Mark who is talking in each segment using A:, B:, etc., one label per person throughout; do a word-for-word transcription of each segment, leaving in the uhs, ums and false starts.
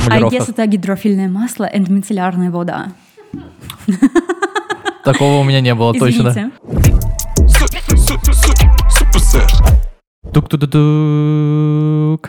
A: формулировках.
B: I guess это гидрофильное масло и мицеллярная вода.
A: Такого у меня не было,
B: Извините.
A: точно. Тук-тук-тук.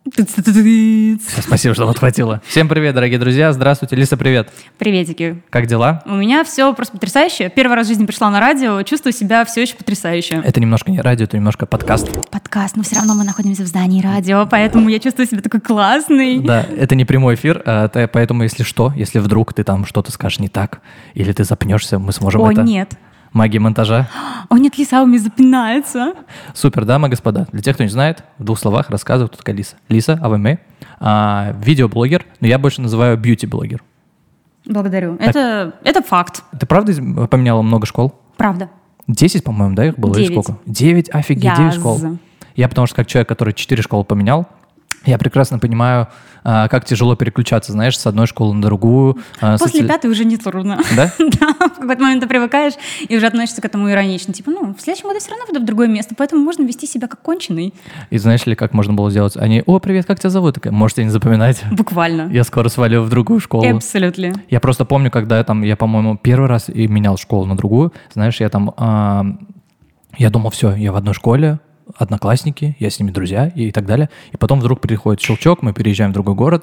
A: Спасибо, что подхватила. Всем привет, дорогие друзья. Здравствуйте. Лиса, привет.
B: Приветики.
A: Как дела?
B: У меня все просто потрясающе. Первый раз в жизни пришла на радио, чувствую себя все еще потрясающе.
A: Это немножко не радио, это немножко подкаст.
B: Подкаст, но все равно мы находимся в здании радио, поэтому я чувствую себя такой классный.
A: Да, это не прямой эфир, а, поэтому если что, если вдруг ты там что-то скажешь не так, или ты запнешься, мы сможем
B: О,
A: это...
B: О, нет.
A: Магия монтажа.
B: О, нет, Лиса у меня запинается.
A: Супер, дамы и господа. Для тех, кто не знает, в двух словах рассказываю, кто такая Лиса. Лиса, АВМ, а, видеоблогер, но я больше называю бьюти-блогер.
B: Благодарю. Это, это факт.
A: Ты правда поменяла много школ?
B: Правда.
A: Десять, по-моему, да, их было?
B: Девять.
A: Или сколько? Девять? Офигеть, девять школ. Я потому что как человек, который четыре школы поменял, я прекрасно понимаю, как тяжело переключаться, знаешь, с одной школы на другую.
B: После
A: соци...
B: пятой уже не трудно.
A: Да?
B: Да, в какой-то момент ты привыкаешь и уже относишься к этому иронично. Типа, ну, в следующем году все равно буду в другое место, поэтому можно вести себя как конченый.
A: И знаешь ли, как можно было сделать? Они, о, привет, как тебя зовут? Такая, можете не запоминать.
B: Буквально.
A: Я скоро свалю в другую школу.
B: Абсолютно.
A: Я просто помню, когда я там, я, по-моему, первый раз и менял школу на другую. Знаешь, я там, э, я думал, все, я в одной школе, одноклассники, я с ними друзья и так далее. И потом вдруг приходит щелчок, мы переезжаем в другой город,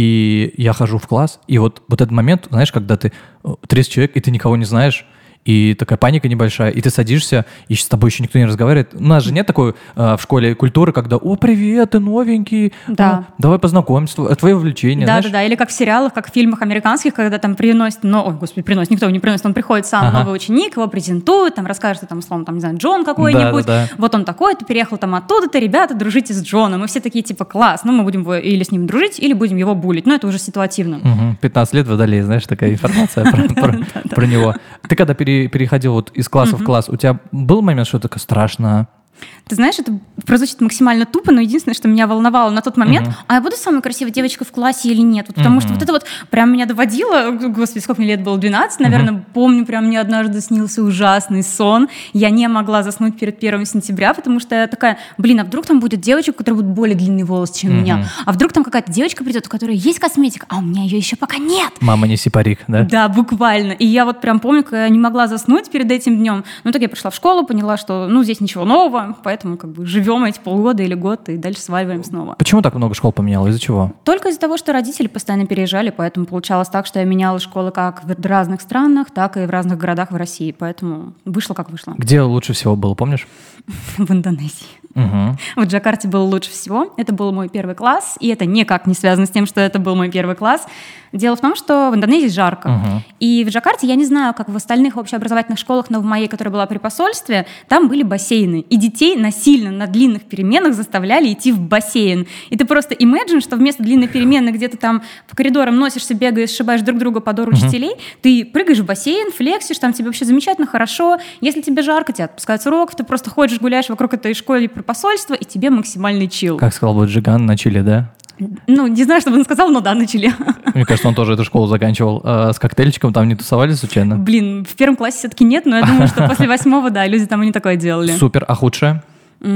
A: и я хожу в класс, и вот, вот этот момент, знаешь, когда ты тридцать человек, и ты никого не знаешь, и такая паника небольшая, и ты садишься, и с тобой еще никто не разговаривает. У нас же нет такой э, в школе культуры, когда «О, привет, ты новенький,
B: да.
A: а, давай познакомимся, твои увлечения».
B: Да, да, да, или как в сериалах, как в фильмах американских, когда там приносит, ну, ой, господи, приносит, никто не приносит, он приходит сам, ага. новый ученик, его презентует, там расскажет, что там, условно, там, не знаю, Джон какой-нибудь,
A: да, да, да.
B: вот он такой, ты переехал там оттуда-то, ребята, дружите с Джоном, и все такие, типа, класс, ну, мы будем или с ним дружить, или будем его булить, но это уже ситуативно.
A: Угу. пятнадцать лет водолей, знаешь, такая информация про него. Ты когда переходил вот из класса в класс, у тебя был момент, что такое страшно?
B: Ты знаешь, это прозвучит максимально тупо, но единственное, что меня волновало на тот момент, uh-huh. а я буду самой красивой девочкой в классе или нет? Вот, потому uh-huh. что вот это вот прям меня доводило, господи, сколько мне лет было, двенадцать, наверное, uh-huh. помню, прям мне однажды снился ужасный сон, я не могла заснуть перед первого сентября, потому что я такая, блин, а вдруг там будет девочка, у которой будут более длинные волосы, чем uh-huh. у меня, а вдруг там какая-то девочка придет, у которой есть косметика, а у меня ее еще пока нет.
A: Мама, неси парик, да?
B: Да, буквально. И я вот прям помню, как я не могла заснуть перед этим днем, но так я пришла в школу, поняла, что, ну, здесь ничего нового, поэтому как бы живем эти полгода или год и дальше сваливаем снова.
A: Почему так много школ поменяла? Из-за чего?
B: Только из-за того, что родители постоянно переезжали, поэтому получалось так, что я меняла школы как в разных странах, так и в разных городах в России, поэтому вышло как вышло.
A: Где лучше всего было, помнишь?
B: В Индонезии.
A: Угу.
B: В Джакарте было лучше всего. Это был мой первый класс, и это никак не связано с тем, что это был мой первый класс. Дело в том, что в Индонезии жарко. Uh-huh. И в Джакарте, я не знаю, как в остальных общеобразовательных школах, но в моей, которая была при посольстве, там были бассейны. И детей насильно на длинных переменах заставляли идти в бассейн. И ты просто imagine, что вместо длинной перемены, где ты там по коридорам носишься, бегаешь, сшибаешь друг друга по дору uh-huh. учителей, ты прыгаешь в бассейн, флексишь, там тебе вообще замечательно, хорошо. Если тебе жарко, тебя отпускают с уроков, ты просто ходишь, гуляешь вокруг этой школы при посольстве, и тебе максимальный чилл.
A: Как сказал бы Джиган, на чиле, да?
B: Ну, не знаю, что бы он сказал, но да, начали.
A: Мне кажется, он тоже эту школу заканчивал. А с коктейльчиком там не тусовались случайно?
B: Блин, в первом классе все-таки нет, но я думаю, что после восьмого, да, люди там и не такое делали.
A: Супер, а худшее?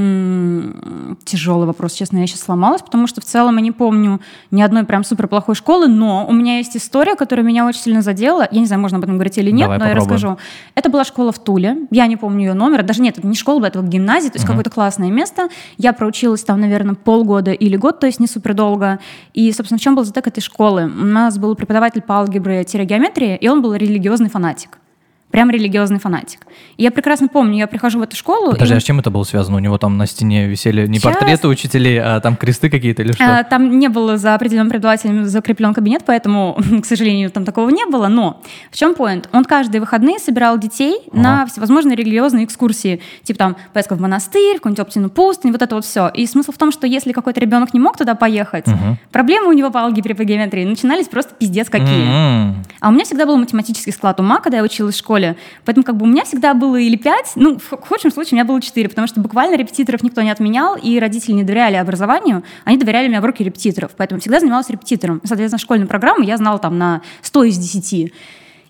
B: Тяжелый вопрос, честно, я сейчас сломалась, потому что в целом я не помню ни одной прям супер плохой школы, но у меня есть история, которая меня очень сильно задела. Я не знаю, можно об этом говорить или нет,
A: Давай
B: но
A: попробуем.
B: Я расскажу. Это была школа в Туле, я не помню ее номера, даже нет, это не школа, это гимназия, то есть uh-huh. какое-то классное место. Я проучилась там, наверное, полгода или год, то есть не супер долго. И, собственно, в чем был затык этой школы? У нас был преподаватель по алгебре-геометрии, и он был религиозный фанатик. Прям религиозный фанатик. И я прекрасно помню, я прихожу в эту школу...
A: Подожди,
B: и...
A: а с чем это было связано? У него там на стене висели не Сейчас... портреты учителей, а там кресты какие-то или что?
B: А, там не было за определенным преподавателем закреплен кабинет, поэтому, к сожалению, там такого не было. Но в чем поинт? Он каждые выходные собирал детей ага. на всевозможные религиозные экскурсии. Типа там поездка в монастырь, в какую-нибудь Оптину пустыню, вот это вот все. И смысл в том, что если какой-то ребенок не мог туда поехать, угу. проблемы у него по алгебре, по геометрии начинались просто пиздец какие. Mm-hmm. А у меня всегда был математический склад ума, когда я училась в школе. Поэтому как бы у меня всегда было или пять, ну, в худшем случае у меня было четыре, потому что буквально репетиторов никто не отменял, и родители не доверяли образованию, они доверяли мне в руки репетиторов, поэтому всегда занималась репетитором. Соответственно, школьную программу я знала там на сто из десяти.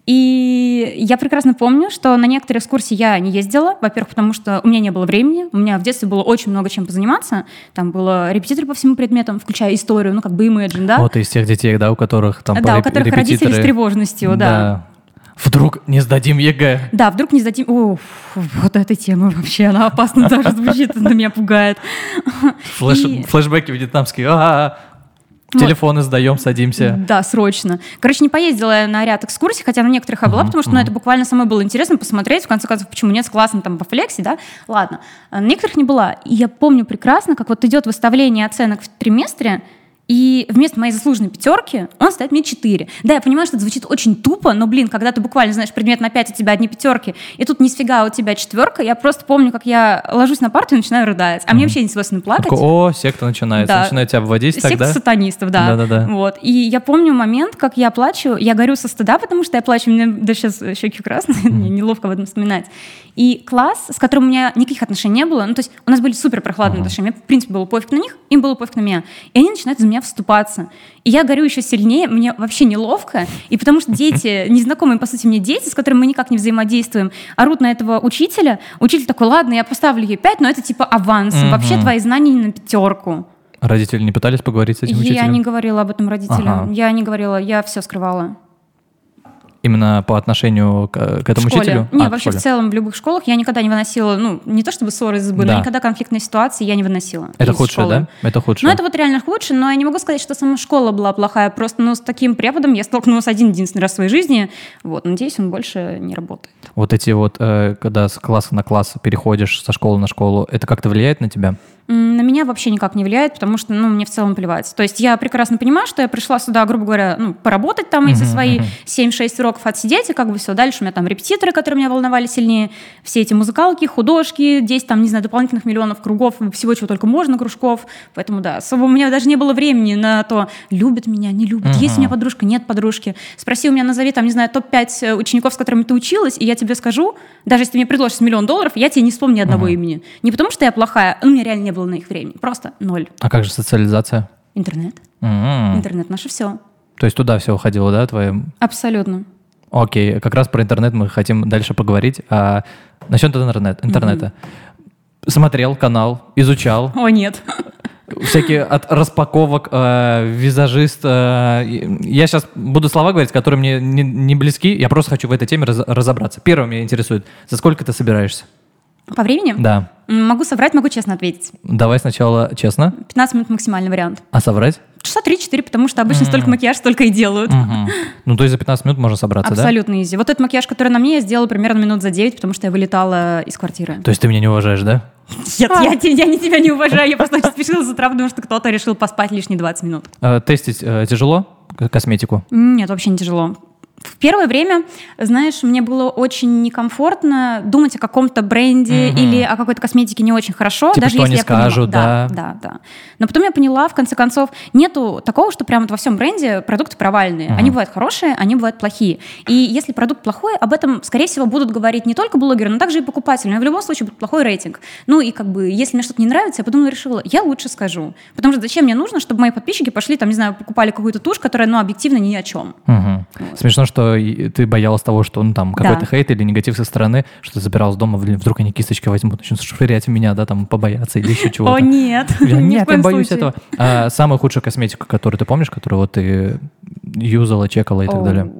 B: И я прекрасно помню, что на некоторые экскурсии я не ездила. Во-первых, потому что у меня не было времени. У меня в детстве было очень много чем позаниматься. Там было репетиторы по всем предметам, включая историю, ну, как бы Imagine, да?
A: Вот из тех детей, да, у которых там
B: Да, у которых
A: репетиторы...
B: родители с тревожностью, да.
A: да. Вдруг не сдадим ЕГЭ.
B: Да, вдруг не сдадим... О, вот эта тема вообще, она опасно даже звучит, она меня пугает.
A: Флэш...
B: И...
A: Флэшбэки вьетнамские. А-а-а. Вот. Телефоны сдаем, садимся.
B: Да, срочно. Короче, не поездила я на ряд экскурсий, хотя на некоторых я была, mm-hmm. потому что ну, это буквально самой было интересно посмотреть, в конце концов, почему нет, с классом там по флексе, да? Ладно. На некоторых не была. И я помню прекрасно, как вот идет выставление оценок в триместре, и вместо моей заслуженной пятерки он ставит мне четыре. Да, я понимаю, что это звучит очень тупо, но, блин, когда ты буквально знаешь предмет на пять, у тебя одни пятерки, и тут ни сфига у тебя четверка, я просто помню, как я ложусь на парту и начинаю рыдать. А mm-hmm. мне вообще не свойственно плакать.
A: Такой, о, секта начинается, да. начинает тебя обводить
B: секта
A: тогда.
B: Секта сатанистов, да.
A: Да-да-да.
B: Вот. И я помню момент, как я плачу, я горю со стыда, потому что я плачу, у меня до сейчас щеки красные, mm-hmm. мне неловко об этом вспоминать. И класс, с которым у меня никаких отношений не было, ну, то есть у нас были супер прохладные mm-hmm. отношения, мне, в принципе, было пофиг на них, им было пофиг на меня. И они начинают за меня вступаться. И я горю еще сильнее, мне вообще неловко, и потому что дети, незнакомые, по сути, мне дети, с которыми мы никак не взаимодействуем, орут на этого учителя. Учитель такой, ладно, я поставлю ей пять, но это типа аванс. Mm-hmm. Вообще твои знания не на пятерку.
A: Родители не пытались поговорить с этим учителем?
B: Я не говорила об этом родителям.
A: Ага.
B: Я не говорила, я все скрывала.
A: Именно по отношению к, к этому
B: в школе.
A: учителю?
B: Не,
A: а,
B: вообще
A: в,
B: в целом в любых школах я никогда не выносила, ну, не то чтобы ссоры из избы, да. но никогда конфликтные ситуации я не выносила.
A: Это худшее, школы. Да? Это худшее.
B: Ну, это вот реально худшее, но я не могу сказать, что сама школа была плохая. Просто, ну, с таким преподом я столкнулась один-единственный раз в своей жизни. Вот, надеюсь, он больше не работает.
A: Вот эти вот, э, когда с класса на класс переходишь, со школы на школу, это как-то влияет на тебя?
B: На меня вообще никак не влияет, потому что, ну, мне в целом плевать. То есть я прекрасно понимаю, что я пришла сюда, грубо говоря, ну, поработать там эти uh-huh, свои uh-huh. семь-шесть уроков отсидеть, и как бы все. Дальше у меня там репетиторы, которые меня волновали сильнее, все эти музыкалки, художки, десять там, не знаю, дополнительных миллионов кругов, всего, чего только можно, кружков. Поэтому, да, особо у меня даже не было времени на то, любят меня, не любят, uh-huh. есть у меня подружка, нет подружки. Спроси у меня, назови там, не знаю, топ пять учеников, с которыми ты училась, и я тебе скажу, даже если ты мне предложишь миллион долларов, я тебе не вспомню ни одного uh-huh. имени. Не потому что я плохая, у меня реально не было на их времени. Просто ноль.
A: А как же социализация?
B: Интернет.
A: Mm-hmm.
B: Интернет наше все.
A: То есть туда все уходило, да, твое?
B: Абсолютно.
A: Окей, как раз про интернет мы хотим дальше поговорить. А насчет интернет, интернета. Mm-hmm. Смотрел канал, изучал.
B: О, нет.
A: Всякие от распаковок, э, визажист. Э, я сейчас буду слова говорить, которые мне не, не близки. Я просто хочу в этой теме раз, разобраться. Первое меня интересует. За сколько ты собираешься?
B: По времени?
A: Да.
B: Могу соврать, могу честно ответить.
A: Давай сначала честно.
B: пятнадцать минут максимальный вариант.
A: А соврать?
B: Часа три-четыре, потому что обычно mm-hmm. столько макияж, столько и делают.
A: Mm-hmm. Ну, то есть за пятнадцать минут можно собраться,
B: абсолютно
A: да?
B: Абсолютно изи. Вот этот макияж, который на мне, я сделала примерно минут за девять, потому что я вылетала из квартиры.
A: То есть ты меня не уважаешь, да?
B: Нет, я, я не тебя не уважаю. Я просто очень спешила с утра, потому что кто-то решил поспать лишние двадцать минут.
A: А, тестить э, тяжело косметику?
B: Нет, вообще не тяжело. В первое время, знаешь, мне было очень некомфортно думать о каком-то бренде mm-hmm. или о какой-то косметике не очень хорошо,
A: типа,
B: даже
A: что
B: если
A: они
B: я
A: скажут,
B: понимала.
A: да.
B: Да, да, да. Но потом я поняла, в конце концов, нету такого, что прямо во всем бренде продукты провальные. Mm-hmm. Они бывают хорошие, они бывают плохие. И если продукт плохой, об этом, скорее всего, будут говорить не только блогеры, но также и покупатели. Но в любом случае будет плохой рейтинг. Ну и как бы, если мне что-то не нравится, я подумала, решила, я лучше скажу. Потому что зачем мне нужно, чтобы мои подписчики пошли, там, не знаю, покупали какую-то тушь, которая, ну, объективно ни о чем.
A: Mm-hmm. Вот. Смешно, что ты боялась того, что ну, там какой-то да. хейт или негатив со стороны, что ты забиралась дома, вдруг они кисточки возьмут, начнут швырять в меня, да, там, побояться или еще чего-то.
B: О, нет.
A: Я, нет, я боюсь этого. А, самую худшую косметику, которую ты помнишь, которую вот ты юзала, чекала и так далее?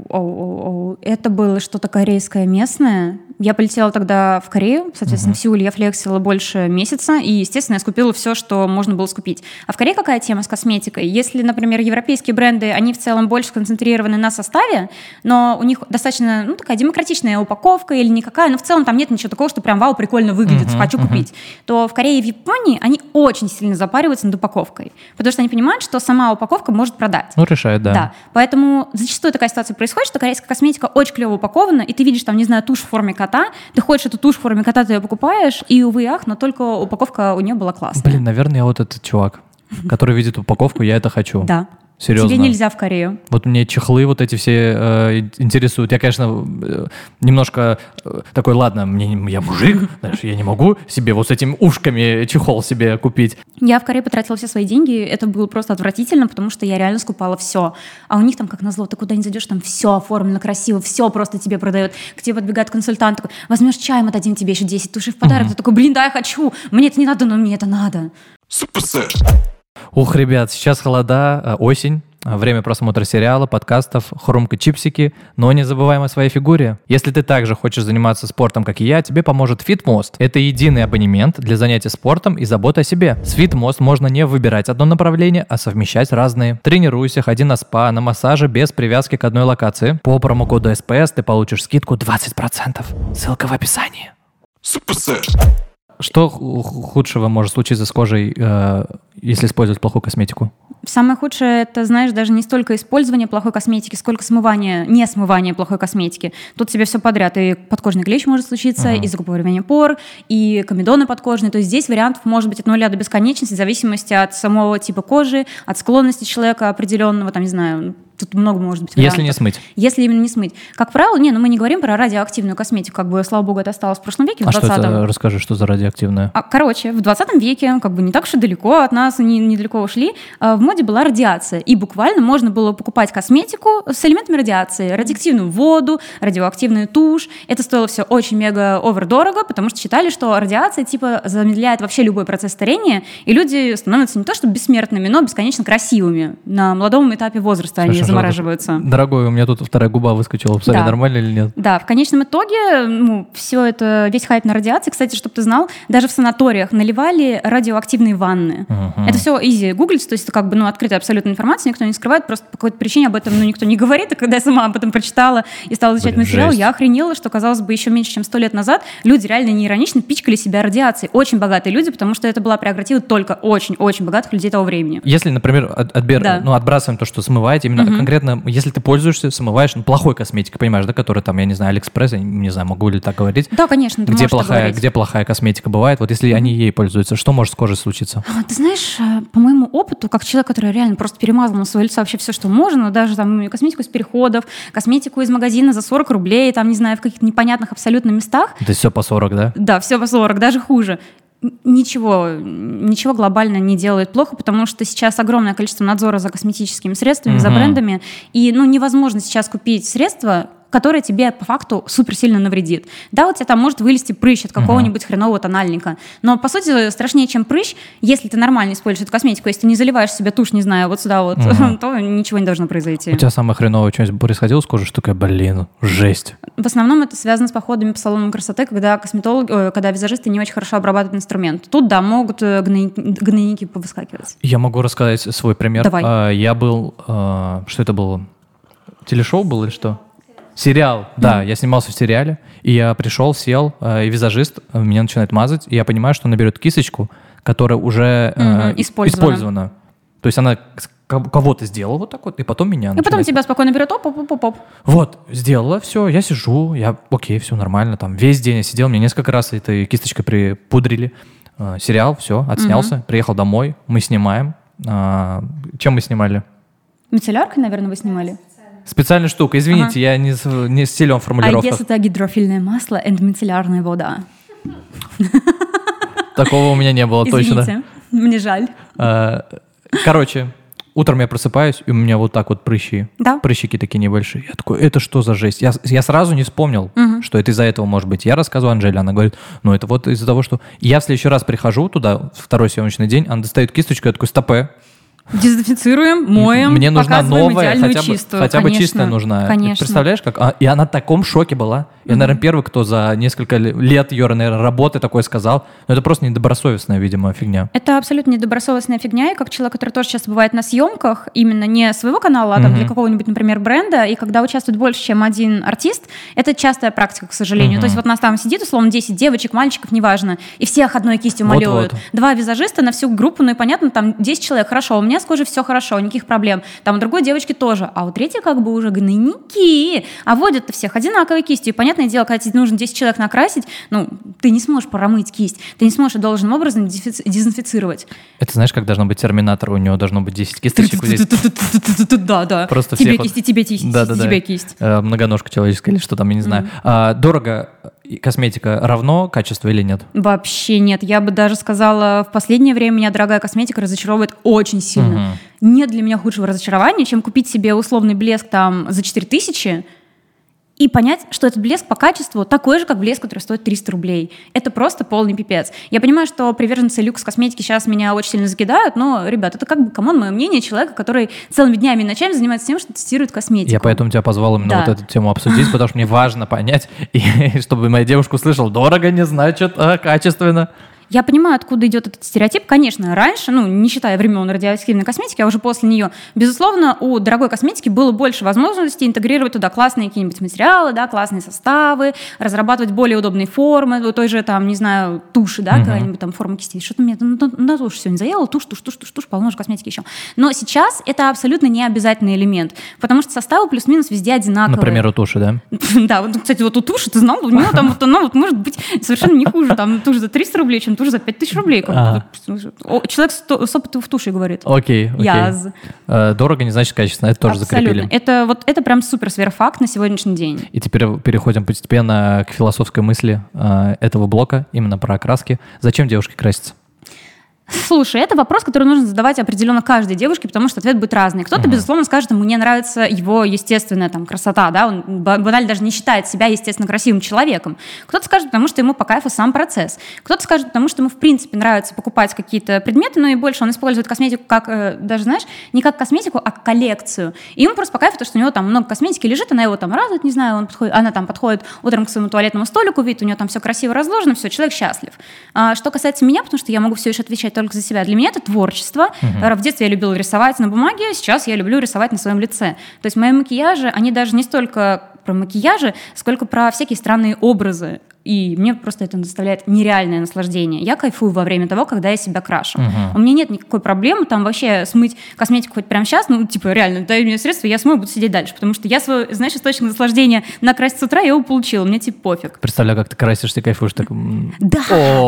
B: Это было что-то корейское местное. Я полетела тогда в Корею, соответственно, uh-huh. в Сеуле я флексила больше месяца, и, естественно, я скупила все, что можно было скупить. А в Корее какая тема с косметикой? Если, например, европейские бренды, они в целом больше сконцентрированы на составе, но у них достаточно, ну, такая демократичная упаковка или никакая, но в целом там нет ничего такого, что прям вау, прикольно выглядит, uh-huh, хочу uh-huh. купить, то в Корее и в Японии они очень сильно запариваются над упаковкой, потому что они понимают, что сама упаковка может продать.
A: Ну, решает, да.
B: Да, поэтому зачастую такая ситуация происходит, что корейская косметика очень клево упакована, и ты видишь там, не знаю, тушь в форме кота, ты ходишь эту тушь в форме кота, ты ее покупаешь, и, увы, ах, но только упаковка у нее была классная.
A: Блин, наверное, я вот этот чувак, который видит упаковку, я это хочу.
B: Да.
A: Серьезно?
B: Тебе нельзя в Корею.
A: Вот мне чехлы вот эти все э, интересуют. Я, конечно, э, немножко э, такой, ладно, мне, я мужик, знаешь, я не могу себе вот с этими ушками чехол себе купить.
B: Я в Корее потратила все свои деньги, это было просто отвратительно, потому что я реально скупала все. А у них там, как назло, ты куда ни зайдешь, там все оформлено красиво, все просто тебе продают. К тебе подбегает консультант, такой, возьмешь чай, мы дадим тебе еще десять тушей в подарок. Mm-hmm. Ты такой, блин, да, я хочу, мне это не надо, но мне это надо.
A: Ух, ребят, сейчас холода, осень, время просмотра сериала, подкастов, хрумка-чипсики, но не забываем о своей фигуре. Если ты также хочешь заниматься спортом, как и я, тебе поможет FitMost. Это единый абонемент для занятий спортом и заботы о себе. С FitMost можно не выбирать одно направление, а совмещать разные. Тренируйся, ходи на спа, на массаже без привязки к одной локации. По промокоду эс пи эс ты получишь скидку двадцать процентов. Ссылка в описании. Что худшего может случиться с кожей, э, если использовать плохую косметику?
B: Самое худшее, это, знаешь, даже не столько использование плохой косметики, сколько смывание, не смывание плохой косметики. Тут тебе все подряд. И подкожный клещ может случиться, uh-huh. и закупоривание пор, и комедоны подкожные. То есть здесь вариантов может быть от нуля до бесконечности, в зависимости от самого типа кожи, от склонности человека определенного, там, не знаю, тут много может быть вариантов.
A: Если не смыть.
B: Если именно не смыть. Как правило, не, ну мы не говорим про радиоактивную косметику, как бы, слава богу, это осталось в прошлом веке, в
A: а
B: двадцатом.
A: Что это? Расскажи, что за радиоактивная?
B: А, короче, в двадцатом веке, как бы не так уж и далеко от нас, не, недалеко ушли, в моде была радиация. И буквально можно было покупать косметику с элементами радиации. Радиоактивную воду, радиоактивную тушь. Это стоило все очень мега овердорого, потому что считали, что радиация типа замедляет вообще любой процесс старения, и люди становятся не то что бессмертными, но бесконечно красивыми. На молодом этапе возраста Слушай, они замораживаются.
A: Дорогой, у меня тут вторая губа выскочила. Посмотри, да. Нормально или нет?
B: Да, в конечном итоге ну, все это, весь хайп на радиации, кстати, чтобы ты знал, даже в санаториях наливали радиоактивные ванны. Uh-huh. Это все easy гуглить, то есть это как бы ну, открытая абсолютная информация, никто не скрывает, просто по какой-то причине об этом ну, никто не говорит. И когда я сама об этом прочитала и стала изучать Блин, материал, жесть. Я охренела, что, казалось бы, еще меньше, чем сто лет назад люди реально неиронично пичкали себя радиацией. Очень богатые люди, потому что это была прерогатива только очень-очень богатых людей того времени.
A: Если, например, от, отбер... да. ну, отбрасываем то, что смываете, именно uh-huh. конкретно, если ты пользуешься, смываешь ну, плохой косметикой, понимаешь, да, которая там, я не знаю, Алиэкспресс, я не знаю, могу ли так говорить.
B: Да, конечно, ты
A: где плохая, где плохая косметика бывает, вот если uh-huh. они ей пользуются, что может с кожей случиться?
B: А, ты знаешь, по моему опыту, как человек, который реально просто перемазал на свое лицо вообще все, что можно, даже там косметику из переходов, косметику из магазина за сорок рублей, там, не знаю, в каких-то непонятных абсолютно местах.
A: Это все по сорок, да?
B: Да, все по сорок, даже хуже. Ничего, ничего глобально не делает плохо, потому что сейчас огромное количество надзора за косметическими средствами, угу. за брендами, и ну, невозможно сейчас купить средства, которое тебе по факту супер сильно навредит. Да, у тебя там может вылезти прыщ от какого-нибудь uh-huh. хренового тональника, но, по сути, страшнее, чем прыщ, если ты нормально используешь эту косметику, если ты не заливаешь себе тушь, не знаю, вот сюда вот, uh-huh. то ничего не должно произойти.
A: У тебя самое хреновое что-нибудь происходило с кожей, что такое, блин, жесть?
B: В основном это связано с походами по салонам красоты, когда косметологи, когда визажисты не очень хорошо обрабатывают инструмент. Тут, да, могут гнойники повыскакивать.
A: Я могу рассказать свой пример.
B: Давай.
A: Я был, что это было? Телешоу было или что? Сериал, да, mm-hmm. я снимался в сериале, и я пришел, сел, э, и визажист меня начинает мазать, и я понимаю, что он берет кисточку, которая уже э, mm-hmm. использована. использована. То есть она кого-то сделала вот так вот, и потом меня
B: И
A: начинает...
B: потом тебя спокойно берет, оп-оп-оп-оп.
A: Вот, сделала, все, я сижу, я, окей, все нормально, там весь день я сидел, мне несколько раз этой кисточкой припудрили. Э, сериал, все, отснялся, mm-hmm. приехал домой, мы снимаем. Э, чем мы снимали?
B: Мицелляркой, наверное, вы снимали?
A: Специальная штука, извините, ага. я не, не силен в формулировках.
B: А если это гидрофильное масло и мицеллярная вода?
A: Такого у меня не было точно.
B: Извините, мне жаль.
A: Короче, утром я просыпаюсь, и у меня вот так вот прыщи.
B: Да?
A: Прыщики такие небольшие. Я такой, это что за жесть? Я, я сразу не вспомнил, угу. что это из-за этого может быть. Я рассказываю Анжеле, она говорит, ну это вот из-за того, что... Я в следующий раз прихожу туда, второй съемочный день, она достает кисточку, я такой, стопэ.
B: Дезинфицируем, моем,
A: Мне нужна новая, хотя бы,
B: чистую.
A: хотя бы чистая нужна.
B: Конечно.
A: Представляешь, как? А, и она в таком шоке была. Я, mm-hmm. наверное, первый, кто за несколько лет ее, наверное, работы такое сказал. Но это просто недобросовестная, видимо, фигня.
B: Это абсолютно недобросовестная фигня. И как человек, который тоже часто бывает на съемках, именно не своего канала, а там, mm-hmm. для какого-нибудь, например, бренда, и когда участвует больше, чем один артист, это частая практика, к сожалению. Mm-hmm. То есть вот нас там сидит, условно, десять девочек, мальчиков, неважно, и всех одной кистью малюют. Вот-вот. Два визажиста на всю группу, ну и понятно, там десять человек. Хорошо, у меня меня с кожей все хорошо, никаких проблем. Там у другой девочки тоже, а у третьей как бы уже гнойники. А водят-то всех одинаковой кистью. И понятное дело, когда тебе нужно десять человек накрасить, ну, ты не сможешь промыть кисть, ты не сможешь должным образом дезинфицировать.
A: Это знаешь, как должно быть терминатор, у него должно быть десять кисточек здесь.
B: Да, да.
A: Просто
B: тебе
A: всех
B: кисть,
A: вот...
B: тебе кисть,
A: да, да,
B: тебе
A: да.
B: кисть.
A: Э, многоножка человеческая или что там, я не знаю. Mm-hmm. А, дорого косметика равно качеству или нет?
B: Вообще нет. Я бы даже сказала, в последнее время меня дорогая косметика разочаровывает очень сильно. Mm-hmm. Нет для меня худшего разочарования, чем купить себе условный блеск там за четыре тысячи, и понять, что этот блеск по качеству такой же, как блеск, который стоит триста рублей. Это просто полный пипец. Я понимаю, что приверженцы люкс-косметики сейчас меня очень сильно закидают, но, ребят, это как бы, камон, мое мнение человека, который целыми днями и ночами занимается тем, что тестирует косметику.
A: Я поэтому тебя позвал именно да. вот эту тему обсудить, потому что мне важно понять, и чтобы моя девушка услышала, дорого не значит, а качественно.
B: Я понимаю, откуда идет этот стереотип. Конечно, раньше, ну, не считая времен радиоактивной косметики, а уже после нее, безусловно, у дорогой косметики было больше возможностей интегрировать туда классные какие-нибудь материалы, да, классные составы, разрабатывать более удобные формы, у той же, там, не знаю, туши, да, uh-huh. какая-нибудь там форма кистей. Что-то мне на, на тушь сегодня заело, тушь, тушь, тушь, тушь, тушь, полно же косметики еще. Но сейчас это абсолютно не обязательный элемент, потому что составы плюс-минус везде одинаковые.
A: Например, у туши, да?
B: Да, вот, кстати, вот у туши, ты знал, у нее там вот она вот может быть совершенно не хуже, там тушь за триста рублей, чем тушь за пять тысяч рублей. А. Человек с опытом в туши говорит.
A: Окей, окей.
B: Яз.
A: Дорого не значит качественно, это тоже
B: абсолютно.
A: Закрепили.
B: Это, вот, это прям супер-сверхфакт на сегодняшний день.
A: И теперь переходим постепенно к философской мысли этого блока, именно про окраски. Зачем девушке краситься?
B: Слушай, это вопрос, который нужно задавать определенно каждой девушке, потому что ответ будет разный. Кто-то, uh-huh. безусловно, скажет, ему не нравится его естественная там, красота, да, он банально даже не считает себя естественно красивым человеком. Кто-то скажет, потому что ему по кайфу сам процесс. Кто-то скажет, потому что ему, в принципе, нравится покупать какие-то предметы, но и больше он использует косметику как, даже, знаешь, не как косметику, а как коллекцию. И ему просто по кайфу то, что у него там много косметики лежит, она его там радует, не знаю, он подходит, она там подходит утром к своему туалетному столику, видит, у нее там все красиво разложено, все, человек счастлив. А, что касается меня, потому что я могу все еще отвечать только за себя. Для меня это творчество. Uh-huh. В детстве я любила рисовать на бумаге, сейчас я люблю рисовать на своем лице. То есть мои макияжи, они даже не столько про макияжи, сколько про всякие странные образы. И мне просто это доставляет нереальное наслаждение. Я кайфую во время того, когда я себя крашу. Uh-huh. У меня нет никакой проблемы там вообще смыть косметику хоть прямо сейчас, ну, типа, реально, дай мне средства, я смою, буду сидеть дальше. Потому что я свой, знаешь, источник наслаждения накрасить с утра, я его получила, мне типа пофиг.
A: Представляю, как ты красишься, кайфуешь так.
B: Да,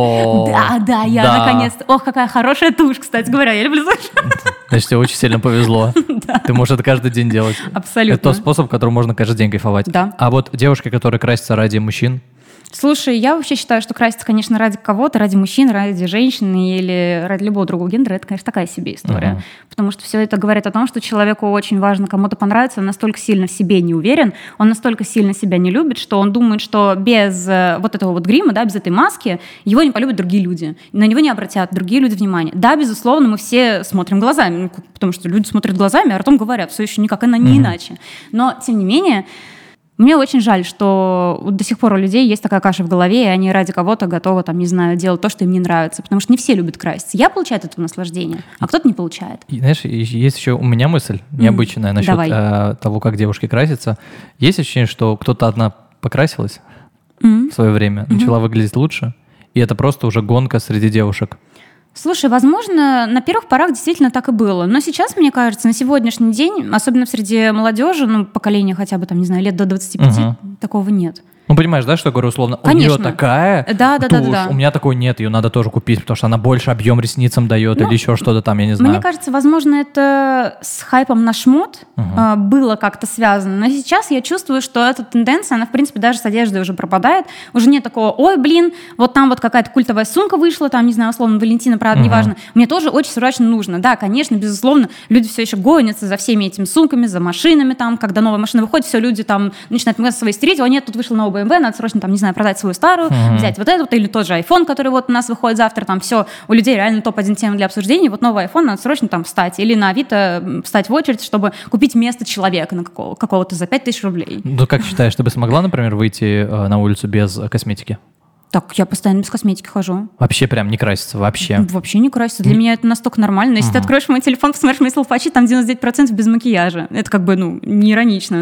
B: да, да, я наконец-то. Ох, какая хорошая тушь, кстати говоря, я люблю тушь.
A: Значит, тебе очень сильно повезло. Ты можешь это каждый день делать.
B: Абсолютно.
A: Это тот способ, которым можно каждый день кайфовать.
B: Да.
A: А вот девушки, которые красятся ради мужчин,
B: Слушай, я вообще считаю, что краситься, конечно, ради кого-то, ради мужчин, ради женщин или ради любого другого гендера, это, конечно, такая себе история. Uh-huh. Потому что все это говорит о том, что человеку очень важно кому-то понравиться, он настолько сильно в себе не уверен, он настолько сильно себя не любит, что он думает, что без вот этого вот грима, да, без этой маски, его не полюбят другие люди, на него не обратят другие люди внимания. Да, безусловно, мы все смотрим глазами, потому что люди смотрят глазами, а ртом говорят, все еще никак, не uh-huh. иначе. Но, тем не менее, мне очень жаль, что до сих пор у людей есть такая каша в голове, и они ради кого-то готовы, там, не знаю, делать то, что им не нравится. Потому что не все любят краситься. Я получаю от этого наслаждение, а кто-то не получает.
A: И, знаешь, есть еще у меня мысль необычная mm, насчет э, того, как девушки красятся. Есть ощущение, что кто-то одна покрасилась mm. в свое время, начала mm-hmm. выглядеть лучше, и это просто уже гонка среди девушек.
B: Слушай, возможно, на первых порах действительно так и было. Но сейчас, мне кажется, на сегодняшний день, особенно среди молодежи, ну, поколения хотя бы, там, не знаю, лет до двадцати пяти, угу. такого нет.
A: Ну, понимаешь, да, что я говорю условно?
B: Конечно.
A: У нее такая
B: да, да,
A: тушь,
B: да, да, да.
A: у меня такой нет, ее надо тоже купить, потому что она больше объем ресницам дает, ну, или еще что-то там, я не знаю.
B: Мне кажется, возможно, это с хайпом на шмот угу. э, было как-то связано, но сейчас я чувствую, что эта тенденция, она, в принципе, даже с одеждой уже пропадает. Уже нет такого, ой, блин, вот там вот какая-то культовая сумка вышла, там, не знаю, условно, Валентина, правда, угу. неважно. Мне тоже очень срочно нужно. Да, конечно, безусловно, люди все еще гонятся за всеми этими сумками, за машинами, там, когда новая машина выходит, все, люди там начинают свои стереть, о, нет, тут вышел новый бэ эм вэ, надо срочно, там, не знаю, продать свою старую, uh-huh. взять вот этот, или тот же iPhone, который вот у нас выходит завтра, там все, у людей реально топ один тема для обсуждения, вот новый iPhone, надо срочно там встать, или на Авито встать в очередь, чтобы купить место человека на какого- какого-то за пять тысяч рублей.
A: Ну, как считаешь, ты бы смогла, например, выйти э, на улицу без косметики?
B: Так, я постоянно без косметики хожу.
A: Вообще прям не краситься, вообще?
B: Вообще не краситься. Для не... меня это настолько нормально. Если uh-huh. ты откроешь мой телефон, посмотришь мои селфачи, там девяносто девять процентов без макияжа. Это как бы, ну, не иронично.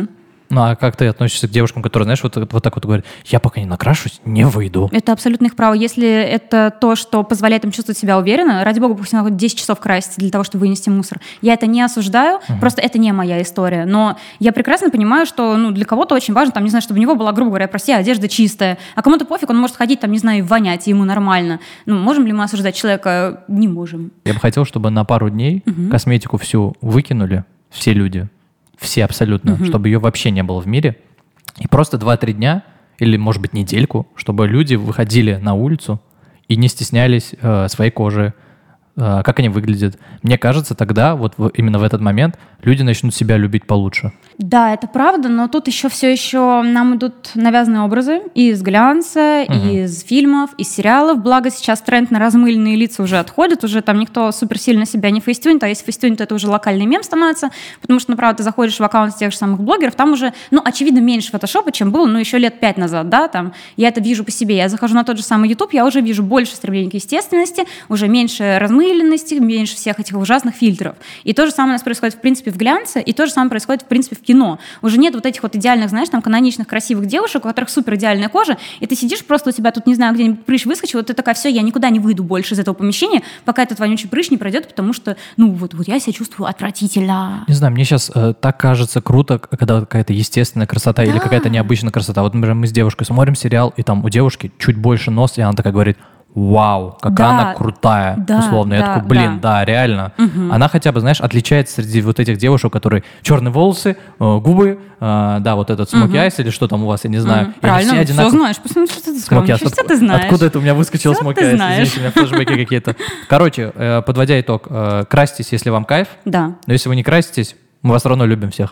A: Ну, а как ты относишься к девушкам, которые, знаешь, вот, вот так вот говорят, я пока не накрашусь, не выйду?
B: Это абсолютно их право. Если это то, что позволяет им чувствовать себя уверенно, ради бога, пусть она хоть десять часов красится для того, чтобы вынести мусор. Я это не осуждаю, uh-huh. просто это не моя история. Но я прекрасно понимаю, что ну, для кого-то очень важно, там, не знаю, чтобы у него была, грубо говоря, прости, одежда чистая, а кому-то пофиг, он может ходить, там, не знаю, и вонять, и ему нормально. Ну, можем ли мы осуждать человека? Не можем.
A: Я бы хотел, чтобы на пару дней uh-huh. косметику всю выкинули, все люди, все абсолютно, uh-huh. чтобы ее вообще не было в мире. И просто два-три дня, или, может быть, недельку, чтобы люди выходили на улицу и не стеснялись э, своей кожи, э, как они выглядят. Мне кажется, тогда, вот в, именно в этот момент, люди начнут себя любить получше. Да, это правда, но тут еще все еще нам идут навязанные образы и из глянца, угу. и из фильмов, из сериалов. Благо сейчас тренд на размыленные лица уже отходит, уже там никто суперсильно себя не фейстюнит, а если фейстюнит, то это уже локальный мем становится, потому что, ну, правда, ты заходишь в аккаунт тех же самых блогеров, там уже, ну, очевидно, меньше фотошопа, чем было, ну, еще лет пять назад, да, там, я это вижу по себе. Я захожу на тот же самый YouTube, я уже вижу больше стремления к естественности, уже меньше размыленности, меньше всех этих ужасных фильтров. И то же самое у нас происходит, в принципе, в глянце, и то же самое происходит, в принципе, в кино. Уже нет вот этих вот идеальных, знаешь, там, каноничных, красивых девушек, у которых супер идеальная кожа, и ты сидишь просто, у тебя тут, не знаю, где-нибудь прыщ выскочил, вот ты такая, все, я никуда не выйду больше из этого помещения, пока этот вонючий прыщ не пройдет, потому что, ну, вот, вот я себя чувствую отвратительно. Не знаю, мне сейчас э, так кажется круто, когда какая-то естественная красота, да, или какая-то необычная красота. Вот, например, мы с девушкой смотрим сериал, и там у девушки чуть больше нос, и она такая говорит: вау, какая да, она крутая, да, условно. Я да, такой, блин, да, да реально. Угу. Она хотя бы, знаешь, отличается среди вот этих девушек, которые черные волосы, э, губы, э, да, вот этот смоки айс, угу. или что там у вас, я не знаю. Угу. Правильно, все, одинаков... все знаешь, посмотри, что ты скажешь, что ты знаешь. Откуда это у меня выскочил смоки айс? Извините, у меня флешбеки какие-то. Короче, э, подводя итог, э, красьтесь, если вам кайф, да. Но если вы не краситесь, мы вас равно любим всех.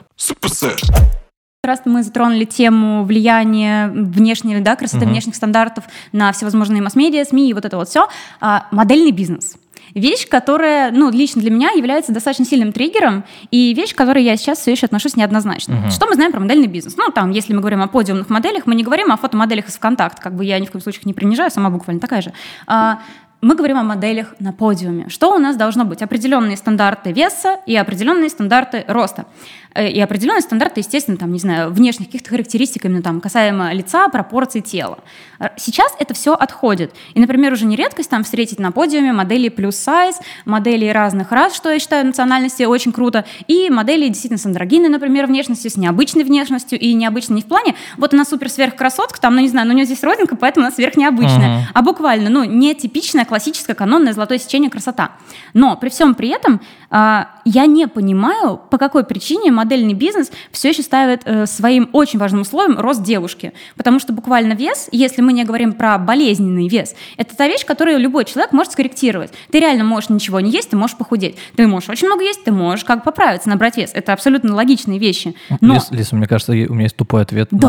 A: Раз мы затронули тему влияния внешней, да, красоты, uh-huh. внешних стандартов на всевозможные масс-медиа, СМИ и вот это вот все. А, модельный бизнес. Вещь, которая, ну, лично для меня является достаточно сильным триггером, и вещь, к которой я сейчас все еще отношусь неоднозначно. Uh-huh. Что мы знаем про модельный бизнес? Ну, там, если мы говорим о подиумных моделях, мы не говорим о фотомоделях из ВКонтакте, как бы я ни в коем случае не принижаю, сама буквально такая же. А, мы говорим о моделях на подиуме. Что у нас должно быть? Определенные стандарты веса и определенные стандарты роста. И определенные стандарты, естественно, там, не знаю, внешних каких-то характеристик, именно там, касаемо лица, пропорций тела. Сейчас это все отходит. И, например, уже не редкость там встретить на подиуме модели плюс-сайз, модели разных рас, что я считаю национальности очень круто, и модели действительно с андрогинной, например, внешностью, с необычной внешностью, и необычной не в плане, вот она супер-сверхкрасотка, там, ну, не знаю, но у нее здесь родинка, поэтому она сверхнеобычная, uh-huh. а буквально, ну, нетипичная, классическая, канонная, золотое сечение красота. Но при всем при этом а, я не понимаю, по какой причине модельный бизнес все еще ставит э, своим очень важным условием рост девушки. Потому что буквально вес, если мы не говорим про болезненный вес, это та вещь, которую любой человек может скорректировать. Ты реально можешь ничего не есть, ты можешь похудеть. Ты можешь очень много есть, ты можешь как бы поправиться, набрать вес. Это абсолютно логичные вещи. Но... Лиз, Лиз, мне кажется, у меня есть тупой ответ на,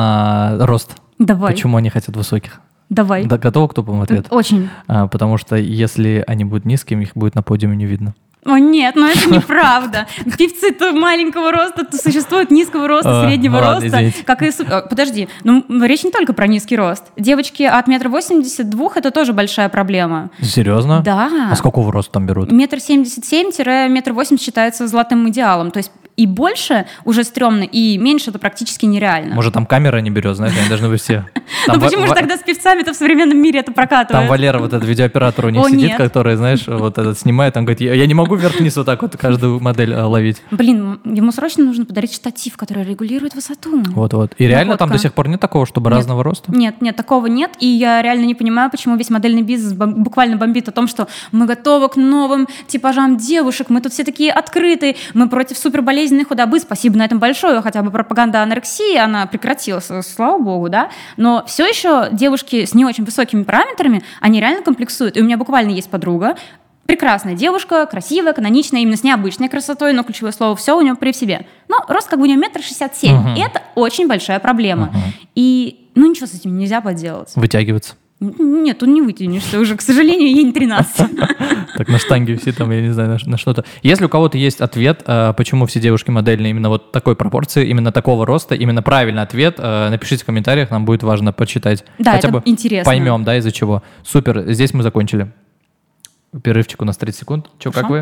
A: на рост. Давай. Почему они хотят высоких? Давай. Да, готова к тупому ответу? Очень. А, потому что если они будут низкими, их будет на подиуме не видно. О нет, ну это неправда. Певцы то маленького роста, то существуют низкого роста, среднего роста. Как и... Подожди, ну речь не только про низкий рост. Девочки от метра восемьдесят два это тоже большая проблема. Серьезно? Да. А с какого роста там берут? Метр семьдесят семь - метр восемьдесят считается золотым идеалом. То есть и больше уже стрёмно, и меньше это практически нереально. Может, там камера не берет, знаешь, они должны быть все. Ну почему же тогда с певцами-то в современном мире это прокатывает? Там Валера, вот этот видеооператор у них сидит, который, знаешь, вот этот снимает, он говорит, я не могу вверх-вниз вот так вот каждую модель ловить. Блин, ему срочно нужно подарить штатив, который регулирует высоту. Вот-вот. И реально там до сих пор нет такого, чтобы разного роста? Нет, нет, такого нет, и я реально не понимаю, почему весь модельный бизнес буквально бомбит о том, что мы готовы к новым типажам девушек, мы тут все такие открытые, мы против суперболезней худобы, спасибо на этом большое, хотя бы пропаганда анорексии, она прекратилась, слава богу, да, но все еще девушки с не очень высокими параметрами, они реально комплексуют, и у меня буквально есть подруга, прекрасная девушка, красивая, каноничная, именно с необычной красотой, но ключевое слово все у нее при себе, но рост как бы у нее метр шестьдесят семь, uh-huh. и это очень большая проблема, uh-huh. и ну ничего с этим нельзя поделать. Вытягиваться. Нет, тут не вытянешься уже, к сожалению, ей не тринадцать. Так на штанге все там, я не знаю, на что-то. Если у кого-то есть ответ, почему все девушки модельные именно вот такой пропорции, именно такого роста, именно правильный ответ, напишите в комментариях, нам будет важно почитать. Да, хотя бы интересно. Поймем, да, из-за чего. Супер, здесь мы закончили. Перерывчик у нас тридцать секунд. Че, как вы?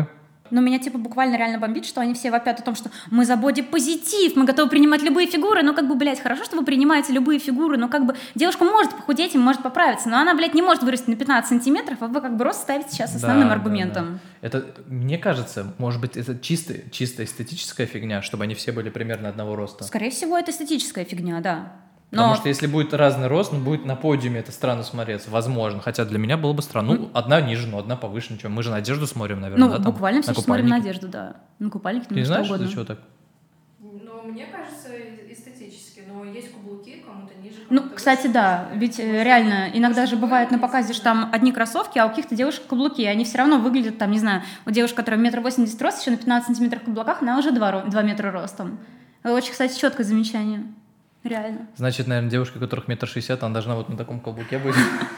B: Но меня типа буквально реально бомбит, что они все вопят о том, что мы за бодипозитив, мы готовы принимать любые фигуры. Ну как бы, блядь, хорошо, что вы принимаете любые фигуры, но как бы девушка может похудеть и может поправиться, но она, блядь, не может вырасти на пятнадцать сантиметров, а вы как бы рост ставите сейчас основным
A: да,
B: аргументом.
A: Да, да. Это, мне кажется, может быть, это чисто, чисто эстетическая фигня, чтобы они все были примерно одного роста.
B: Скорее всего, это эстетическая фигня, да. Но...
A: Потому что если будет разный рост, ну, будет на подиуме это странно смотреться, возможно. Хотя для меня было бы странно. Ну, одна ниже, но одна повыше. Ничего. Мы же на одежду смотрим, наверное,
B: ну,
A: да?
B: Ну, буквально все
A: на
B: смотрим на одежду, да. На купальники,
A: Ты
B: на
A: знаешь,
B: что угодно.
A: из-за чего так?
C: Ну, мне кажется, эстетически. Но есть каблуки, кому-то ниже,
B: Ну,
C: кому-то
B: кстати,
C: выше.
B: да. Ведь реально, иногда же бывает на показе, что там одни кроссовки, а у каких-то девушек каблуки. И они все равно выглядят, там, не знаю, у девушки, которая метр восемьдесят рост, еще на пятнадцать сантиметров в каблуках, она уже два метра ростом. Очень, кстати, четкое замечание. Реально.
A: Значит, наверное, девушка, у которых метр шестьдесят, она должна вот на таком каблуке быть.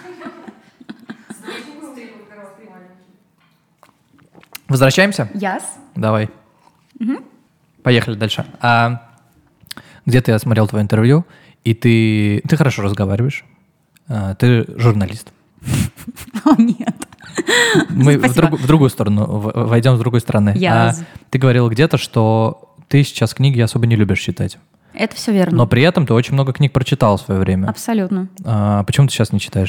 A: Возвращаемся?
B: Яс.
A: Давай.
B: Угу.
A: Поехали дальше. А где-то я смотрел твое интервью, и ты, ты хорошо разговариваешь. А, ты журналист.
B: О, нет.
A: Мы в, друг, в другую сторону, войдем с другой стороны. А, ты говорил где-то, что ты сейчас книги особо не любишь читать.
B: Это все верно.
A: Но при этом ты очень много книг прочитал в свое время.
B: Абсолютно.
A: А почему ты сейчас не читаешь?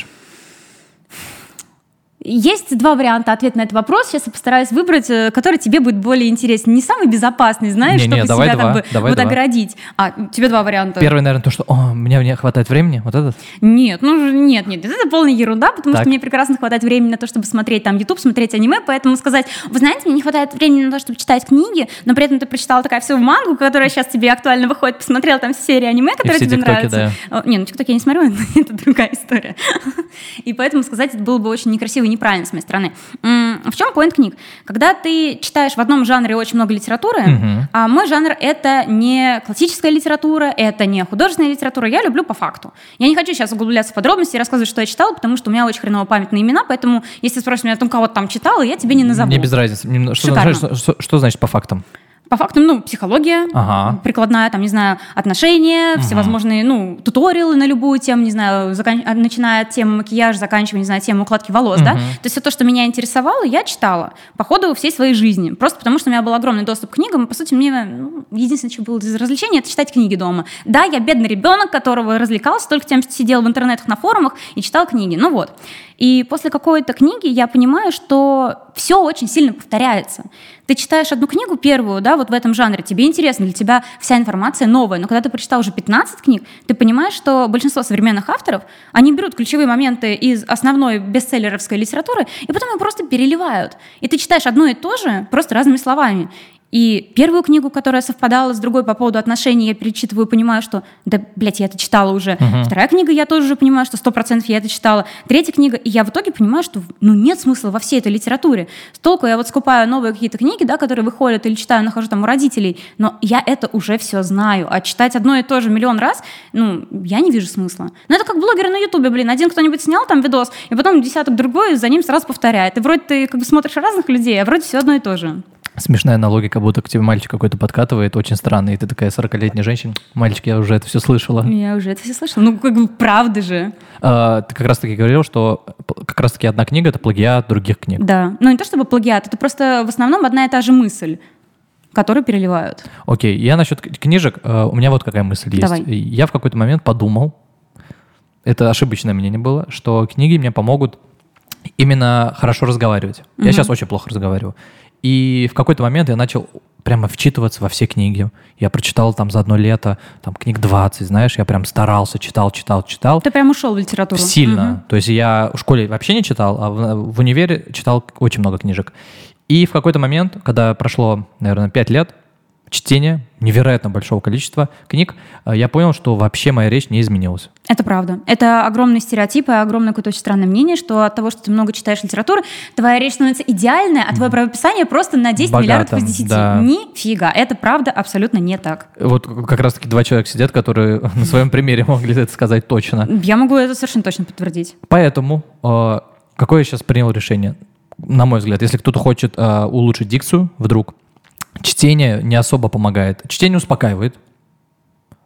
B: Есть два варианта ответа на этот вопрос. Сейчас я постараюсь выбрать, который тебе будет более интересен. Не самый безопасный, знаешь,
A: не,
B: чтобы
A: не, давай
B: себя
A: два,
B: как бы
A: давай
B: вот
A: два.
B: оградить. А, тебе два варианта.
A: Первый, наверное, то, что «О, мне не хватает времени», вот этот?
B: Нет, ну нет, нет, это полная ерунда, потому
A: так.
B: что мне прекрасно хватает времени на то, чтобы смотреть там YouTube, смотреть аниме, поэтому сказать, вы знаете, мне не хватает времени на то, чтобы читать книги, но при этом ты прочитала такая всю мангу, которая сейчас тебе актуально выходит, посмотрела там все серии аниме, которые тебе
A: тиктоки,
B: нравятся.
A: Да.
B: Не, ну ТикТок я не смотрю, это другая история. И поэтому сказать это было бы очень некрасиво и неправильно с моей стороны. В чем поинт книг? Когда ты читаешь в одном жанре очень много литературы, uh-huh. а мой жанр — это не классическая литература, это не художественная литература, я люблю по факту. Я не хочу сейчас углубляться в подробности и рассказывать, что я читала, потому что у меня очень хреновая память на имена, поэтому если спросишь меня, там кого-то там читала, я тебе не назову.
A: Мне без разницы. Что, что, что, что значит по фактам?
B: По факту, ну, психология,
A: ага.
B: прикладная, там, не знаю, отношения, ага. всевозможные, ну, туториалы на любую тему, не знаю, закан... начиная от темы макияжа, заканчивая, не знаю, тему укладки волос, ага. да. То есть все то, что меня интересовало, я читала по ходу всей своей жизни. Просто потому, что у меня был огромный доступ к книгам, и, по сути, мне ну, единственное, что было из развлечений, это читать книги дома. Да, я бедный ребенок, которого развлекался только тем, что сидел в интернетах на форумах и читал книги. Ну вот. И после какой-то книги я понимаю, что все очень сильно повторяется. Ты читаешь одну книгу первую, да, вот в этом жанре, тебе интересно, для тебя вся информация новая, но когда ты прочитал уже пятнадцать книг, ты понимаешь, что большинство современных авторов, они берут ключевые моменты из основной бестселлеровской литературы и потом ее просто переливают. И ты читаешь одно и то же, просто разными словами. И первую книгу, которая совпадала с другой по поводу отношений, я перечитываю и понимаю, что, да, блядь, я это читала уже. Uh-huh. Вторая книга, я тоже уже понимаю, что сто процентов я это читала. Третья книга, и я в итоге понимаю, что, ну, нет смысла во всей этой литературе. Столько я вот скупаю новые какие-то книги, да, которые выходят, или читаю, нахожу там у родителей, но я это уже все знаю. А читать одно и то же миллион раз, ну, я не вижу смысла. Ну, это как блогеры на Ютубе, блин. Один кто-нибудь снял там видос, и потом десяток другой за ним сразу повторяет. И вроде ты как бы смотришь разных людей, а вроде все одно и то же.
A: Смешная аналогия, как будто к тебе мальчик какой-то подкатывает, очень странный, и ты такая сорокалетняя женщина. Мальчик, я уже это все слышала.
B: Я уже это все слышала. Ну, как бы правда же.
A: А, ты как раз-таки говорил, что как раз-таки одна книга — это плагиат других книг.
B: Да. Ну, не то чтобы плагиат, это просто в основном одна и та же мысль, которую переливают.
A: Окей, я насчет книжек, у меня вот какая мысль есть.
B: Давай.
A: Я в какой-то момент подумал, это ошибочное мнение было, что книги мне помогут именно хорошо разговаривать. Я
B: Угу.
A: сейчас очень плохо разговариваю. И в какой-то момент я начал прямо вчитываться во все книги. Я прочитал там за одно лето там книг двадцать, знаешь, я прям старался, читал, читал, читал.
B: Ты прям ушел в литературу.
A: Сильно.
B: Угу.
A: То есть я в школе вообще не читал, а в, в универе читал очень много книжек. И в какой-то момент, когда прошло, наверное, пять лет чтения невероятно большого количества книг, я понял, что вообще моя речь не изменилась.
B: Это правда. Это огромный стереотип и огромное какое-то очень странное мнение, что от того, что ты много читаешь литературы, твоя речь становится идеальная, а твое правописание просто на десять
A: Богато,
B: миллиардов из десяти.
A: да.
B: Нифига. Это правда абсолютно не так.
A: Вот как раз-таки два человека сидят, которые на своем примере могли это сказать точно.
B: Я могу это совершенно точно подтвердить.
A: Поэтому э, какое я сейчас принял решение? На мой взгляд, если кто-то хочет э, улучшить дикцию вдруг, чтение не особо помогает. Чтение успокаивает.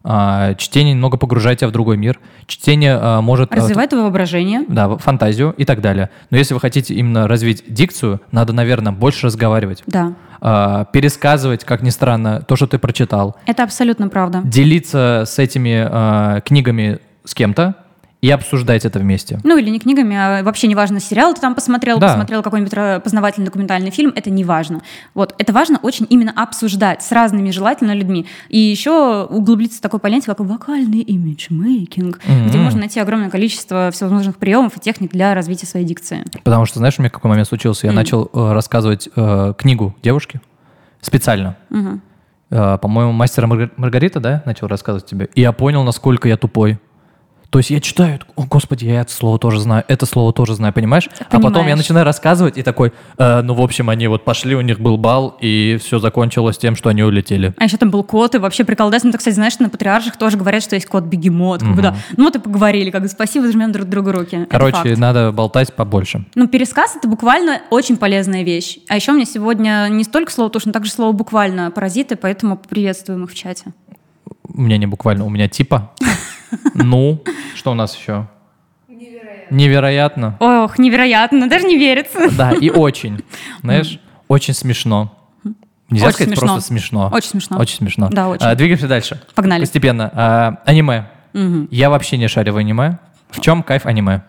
A: А, чтение немного погружает тебя в другой мир. Чтение а, может...
B: Развивает твое воображение.
A: Да, фантазию и так далее. Но если вы хотите именно развить дикцию, надо, наверное, больше разговаривать.
B: Да.
A: А, пересказывать, как ни странно, то, что ты прочитал.
B: Это абсолютно правда.
A: Делиться с этими а, книгами с кем-то и обсуждать это вместе.
B: Ну, или не книгами, а вообще неважно, сериал ты там посмотрел,
A: Да.
B: посмотрел какой-нибудь познавательный документальный фильм, это не важно. Вот, это важно очень именно обсуждать с разными желательно людьми. И еще углубиться в такой понятие, как вокальный имиджмейкинг, mm-hmm. где можно найти огромное количество всевозможных приемов и техник для развития своей дикции.
A: Потому что, знаешь, у меня какой момент случился? Я mm-hmm. начал э, рассказывать э, книгу девушке специально.
B: Mm-hmm.
A: Э, по-моему, «Мастера Маргар- Маргарита», да, начал рассказывать тебе. И я понял, насколько я тупой. То есть я читаю, о, господи, я это слово тоже знаю, это слово тоже знаю, понимаешь?
B: Понимаешь.
A: А потом я начинаю рассказывать и такой, э, ну, в общем, они вот пошли, у них был бал, и все закончилось тем, что они улетели.
B: А еще там был кот, и вообще приколдес. Ну, так, кстати, знаешь, на патриарших тоже говорят, что есть кот-бегемот. Как
A: Угу.
B: бы, да. Ну, вот и поговорили, как бы спасибо, жмем друг другу руки.
A: Короче, надо болтать побольше.
B: Ну, пересказ — это буквально очень полезная вещь. А еще у меня сегодня не столько слово «туш», но также слово «буквально» паразиты, поэтому приветствуем их в чате.
A: У меня не буквально, у меня типа. Ну, что у нас еще?
C: Невероятно.
A: Невероятно.
B: Ох, невероятно, даже не верится.
A: Да, и очень. Знаешь, очень смешно. Нельзя
B: Очень
A: сказать
B: смешно.
A: просто смешно.
B: Очень смешно.
A: Очень смешно.
B: Да, очень.
A: А, двигаемся дальше.
B: Погнали.
A: Постепенно. А, аниме.
B: Мгм.
A: Я вообще не шарю в аниме. В чем кайф аниме?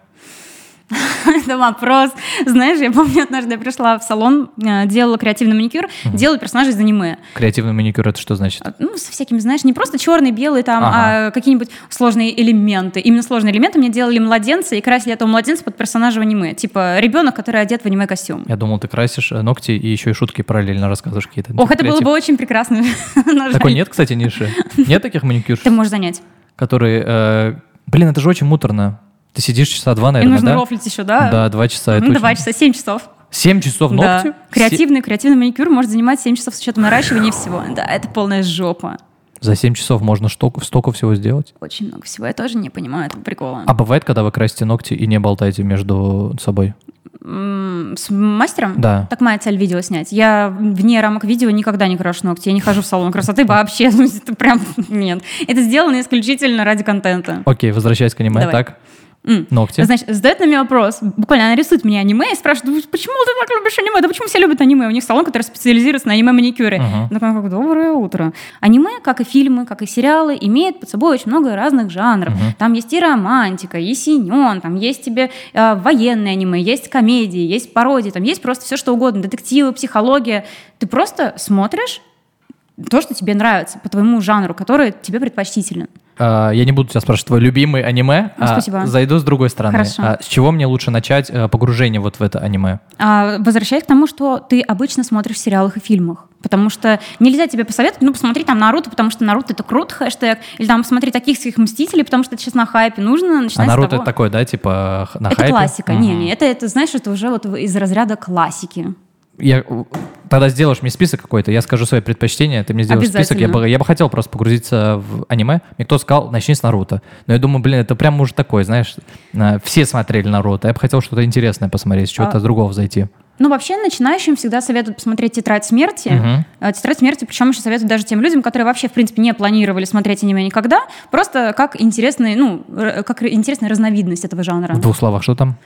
B: Это вопрос. Знаешь, я помню, однажды я пришла в салон, э, делала креативный маникюр, делала персонажей из аниме.
A: Креативный маникюр — это что значит?
B: Ну, со всякими, знаешь, не просто черный, белый там,
A: Ага.
B: а какие-нибудь сложные элементы. Именно сложные элементы мне делали младенцы и красили этого младенца под персонажа в аниме. Типа ребенок, который одет в аниме-костюм.
A: Я думал, ты красишь э, ногти и еще и шутки параллельно рассказываешь какие-то.
B: Ох, это было
A: Креатив.
B: бы очень прекрасно. Но
A: Такой
B: жаль.
A: нет, кстати, ниши? Нет таких маникюршей,
B: Ты можешь занять.
A: которые... э, Блин, это же очень муторно. Ты сидишь часа два,
B: И
A: наверное,
B: нужно
A: да?
B: рофлить еще, да?
A: Да, два часа. это
B: Ну,
A: очень-
B: два часа, семь часов.
A: Семь часов
B: Да.
A: ногти?
B: Креативный, креативный маникюр может занимать семь часов с учетом наращивания и всего. Да, это полная жопа.
A: За семь часов можно штоку, столько всего сделать.
B: Очень много всего. Я тоже не понимаю этого прикола.
A: А бывает, когда вы красите ногти и не болтаете между собой?
B: М, С мастером?
A: Да.
B: Так моя цель видео снять. Я вне рамок видео никогда не крашу ногти. Я не хожу в салон красоты вообще. Ну, это прям нет. Это сделано исключительно ради контента.
A: Окей, возвращаясь к аниме.
B: Давай.
A: Так,
B: М.
A: ногти.
B: Значит, задает на меня вопрос. Буквально она рисует мне аниме и спрашивает: «Ну, почему ты так любишь аниме? Да почему все любят аниме? У них салон, который специализируется на аниме-маникюре.
A: Ага.
B: Я такая, как, доброе утро. Аниме, как и фильмы, как и сериалы, имеет под собой очень много разных жанров.
A: Мгм.
B: Там есть и романтика, и синьон, там есть тебе э, военные аниме, есть комедии, есть пародии, там есть просто все что угодно, детективы, психология. Ты просто смотришь то, что тебе нравится, по твоему жанру, который тебе предпочтителен.
A: А, я не буду тебя спрашивать твой любимый аниме,
B: Ну,
A: а
B: спасибо.
A: зайду с другой стороны.
B: Хорошо.
A: А с чего мне лучше начать э, погружение вот в это аниме?
B: А, возвращаясь к тому, что ты обычно смотришь в сериалах и фильмах. Потому что нельзя тебе посоветовать, ну, посмотри там Наруто, потому что Наруто — это круто, хэштег. Или там посмотри таких своих Мстителей, потому что это сейчас на хайпе. Нужно начинать
A: А
B: с
A: Наруто
B: того...
A: это такой, да, типа х- на
B: Это
A: хайпе?
B: классика.
A: Мгм.
B: Не, не, это, это, знаешь, это уже вот из разряда классики.
A: Я, тогда сделаешь мне список какой-то, я скажу свои предпочтения, ты мне сделаешь список. Я бы, я бы хотел просто погрузиться в аниме. Мне кто-то сказал, начни с Наруто. Но я думаю, блин, это прям уже такой, знаешь, э, все смотрели Наруто. Я бы хотел что-то интересное посмотреть, с чего-то
B: А-
A: с другого зайти.
B: Ну, вообще, начинающим всегда советуют посмотреть «Тетрадь смерти».
A: Мгм.
B: А, «Тетрадь смерти», причем еще советуют даже тем людям, которые вообще, в принципе, не планировали смотреть аниме никогда, просто как интересный, ну, р- как интересная разновидность этого жанра.
A: В двух словах, что там?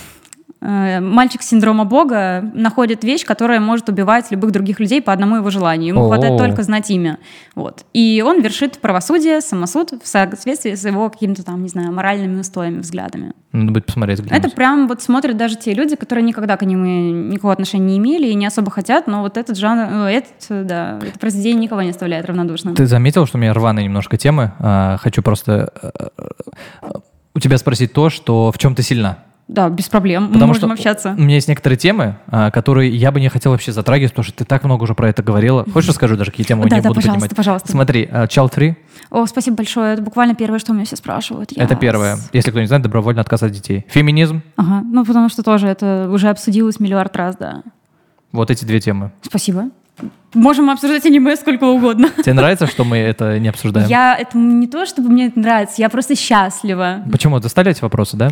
B: Э, Мальчик с синдрома Бога находит вещь, которая может убивать любых других людей по одному его желанию. Ему
A: О.
B: хватает только знать имя. Вот. И он вершит правосудие, самосуд в соответствии с его какими-то там, не знаю, моральными устоями, взглядами.
A: Надо будет посмотреть
B: Это
A: где-нибудь.
B: прям вот смотрят даже те люди, которые никогда к аниме никакого отношения не имели и не особо хотят, но вот этот жанр, э, этот, да, это произведение никого не оставляет равнодушным.
A: Ты заметил, что у меня рваные немножко темы? А, хочу просто э, э, у тебя спросить то, что в чем ты сильна.
B: Да, без проблем, мы
A: Потому
B: можем
A: что
B: общаться.
A: у меня есть некоторые темы, а, которые я бы не хотел вообще затрагивать, потому что ты так много уже про это говорила. Хочешь, расскажу даже, какие темы
B: Да,
A: не
B: да,
A: буду
B: пожалуйста,
A: поднимать?
B: пожалуйста.
A: Смотри, а, Child три
B: О, спасибо большое, это буквально первое, что меня все спрашивают.
A: это
B: Yes.
A: первое. Если кто не знает, добровольный отказ от детей. Феминизм,
B: Ага, ну потому что тоже это уже обсудилось миллиард раз, да.
A: вот эти две темы.
B: Спасибо. Можем обсуждать аниме сколько угодно.
A: Тебе нравится, что мы это не обсуждаем?
B: Я, это не то, чтобы мне это нравится, я просто счастлива.
A: Почему? Достали эти вопросы, да?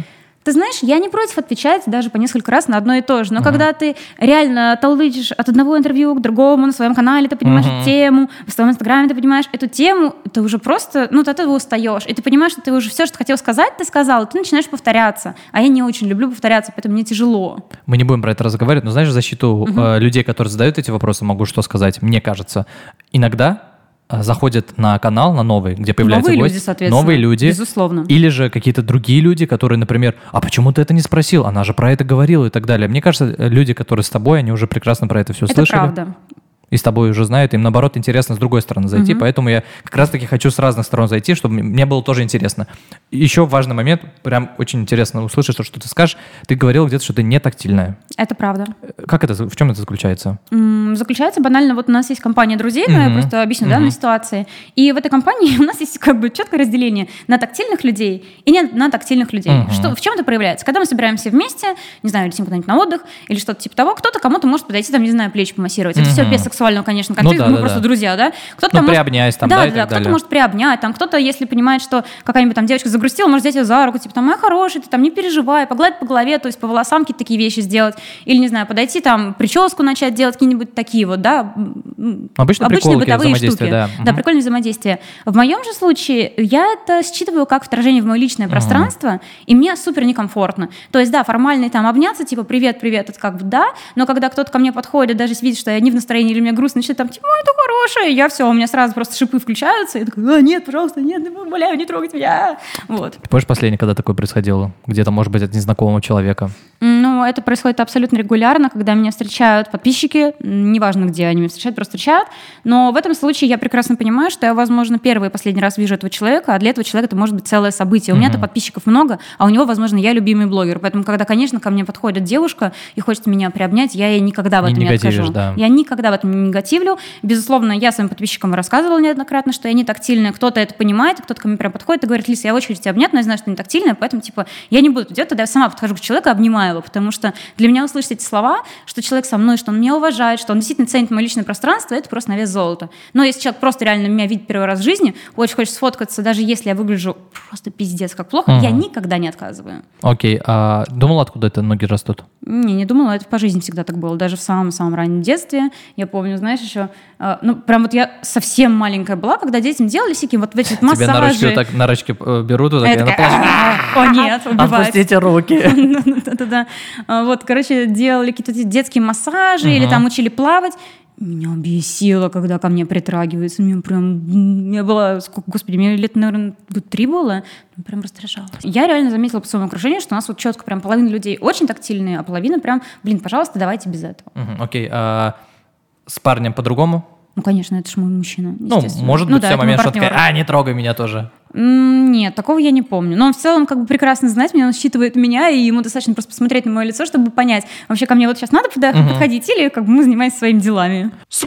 B: Ты знаешь, я не против отвечать даже по несколько раз на одно и то же, но uh-huh. когда ты реально толдычишь от одного интервью к другому, на своем канале ты понимаешь uh-huh. тему, в своем инстаграме ты понимаешь эту тему, ты уже просто, ну, ты от этого устаешь, и ты понимаешь, что ты уже все, что хотел сказать, ты сказал, и ты начинаешь повторяться, а я не очень люблю повторяться, поэтому мне тяжело.
A: Мы не будем про это разговаривать, но знаешь, в защиту uh-huh. э, людей, которые задают эти вопросы, могу что сказать, мне кажется, иногда заходят на канал, на новый, где появляются
B: новые
A: гости.
B: Люди, соответственно.
A: Новые люди.
B: Безусловно.
A: Или же какие-то другие люди, которые, например, а почему ты это не спросил? Она же про это говорила и так далее. Мне кажется, люди, которые с тобой, они уже прекрасно про это все
B: это
A: слышали.
B: Это правда.
A: И с тобой уже знают, им, наоборот, интересно с другой стороны зайти, угу. поэтому я как раз-таки хочу с разных сторон зайти, чтобы мне было тоже интересно. Еще важный момент, прям очень интересно услышать, что, что ты скажешь. Ты говорила где-то, что ты не тактильная.
B: Это правда.
A: Как это, в чем это заключается?
B: М-м, заключается банально, вот у нас есть компания друзей, mm-hmm. ну, я просто объясню, mm-hmm. да, на ситуации, и в этой компании у нас есть как бы четкое разделение на тактильных людей и не на тактильных людей. Mm-hmm. Что, в чем это проявляется? Когда мы собираемся вместе, не знаю, летим куда-нибудь на отдых или что-то типа того, кто-то кому-то может подойти, там, не знаю, плечи помассировать. Это mm-hmm. все без сексуального, конечно, конфликта, ну, да, мы да, просто да. друзья, да? Кто-то
A: ну,
B: может...
A: приобнять там,
B: да,
A: да,
B: да,
A: и так
B: да, кто-то
A: далее.
B: может приобнять, там, кто-то, если понимает, что какая-нибудь там девочка загрустила, может взять ее за руку, типа, там, моя хорошая, ты там не переживай, погладить по голове, то есть по волосам какие-то такие вещи сделать, или, не знаю, подойти там, прическу начать делать, какие-нибудь такие вот, да,
A: Обычно
B: обычные бытовые штуки.
A: Да.
B: да, угу. прикольное взаимодействие. В моем же случае я это считываю как вторжение в мое личное угу. пространство, и мне супер некомфортно. То есть, да, формально там обняться, типа, привет, привет, это как бы да, но когда кто-то ко мне подходит, даже если видит, что я не в настроении или мне грустно, начинает там, типа, ой, ты хорошая, я все, у меня сразу просто шипы включаются, и я такой, а, нет, пожалуйста, нет, умоляю, не трогать меня. Вот.
A: Ты помнишь последнее, когда такое происходило? Где-то, может быть, от незнакомого человека?
B: Ну, это происходит абсолютно регулярно, когда меня встречают подписчики, неважно, где они меня встречают, просто встречают, но в этом случае я прекрасно понимаю, что я, возможно, первый и последний раз вижу этого человека, а для этого человека это может быть целое событие. У mm-hmm. меня-то подписчиков много, а у него, возможно, я любимый блогер, поэтому, когда, конечно, ко мне подходит девушка и хочет меня приобнять, я ей никогда в этом не, не откажу. Да. Я никогда в этом не негативлю. Безусловно, я своим подписчикам рассказывала неоднократно, что я не тактильная, кто-то это понимает, кто-то ко мне прям подходит и говорит, Лиса, я в очередь тебя обнять, но я знаю, что ты не тактильная, поэтому, типа, я не буду это делать, тогда я сама подхожу к человеку, обнимаю его, потому что для меня услышать эти слова, что человек со мной, что он меня уважает, что он действительно ценит мое личное пространство, это просто на вес золота. Но если человек просто реально меня видит первый раз в жизни, очень хочет сфоткаться, даже если я выгляжу просто пиздец как плохо, uh-huh. я никогда не отказываю.
A: Окей, okay. а думала, откуда это ноги растут?
B: Не, не думала, это по жизни всегда так было, даже в самом-самом раннем детстве. Я помню, знаешь, еще, ну, прям вот я совсем маленькая была, когда детям делали всякие вот эти вот массажи.
A: Тебя на ручки вот так, на ручки берут, вот так,
B: я такая, о нет, убивать.
A: Отпустите руки.
B: Да-да-да. Вот, короче, делали какие-то детские массажи или там учили плавать. Меня бесило, когда ко мне притрагиваются. Мне прям... Я была... Господи, мне лет, наверное, три было. Прям раздражало. Я реально заметила по своему окружению, что у нас вот четко прям половина людей очень тактильные, а половина прям, блин, пожалуйста, давайте без этого.
A: Окей. А с парнем по-другому?
B: Ну, конечно, это же мой мужчина,
A: Ну, может быть, в ну, момент, что такая, а, не трогай меня тоже.
B: Нет, такого я не помню. Но он в целом как бы прекрасно знает меня, он считывает меня, и ему достаточно просто посмотреть на мое лицо, чтобы понять, вообще ко мне вот сейчас надо uh-huh. подходить, или как бы мы занимаемся своими делами.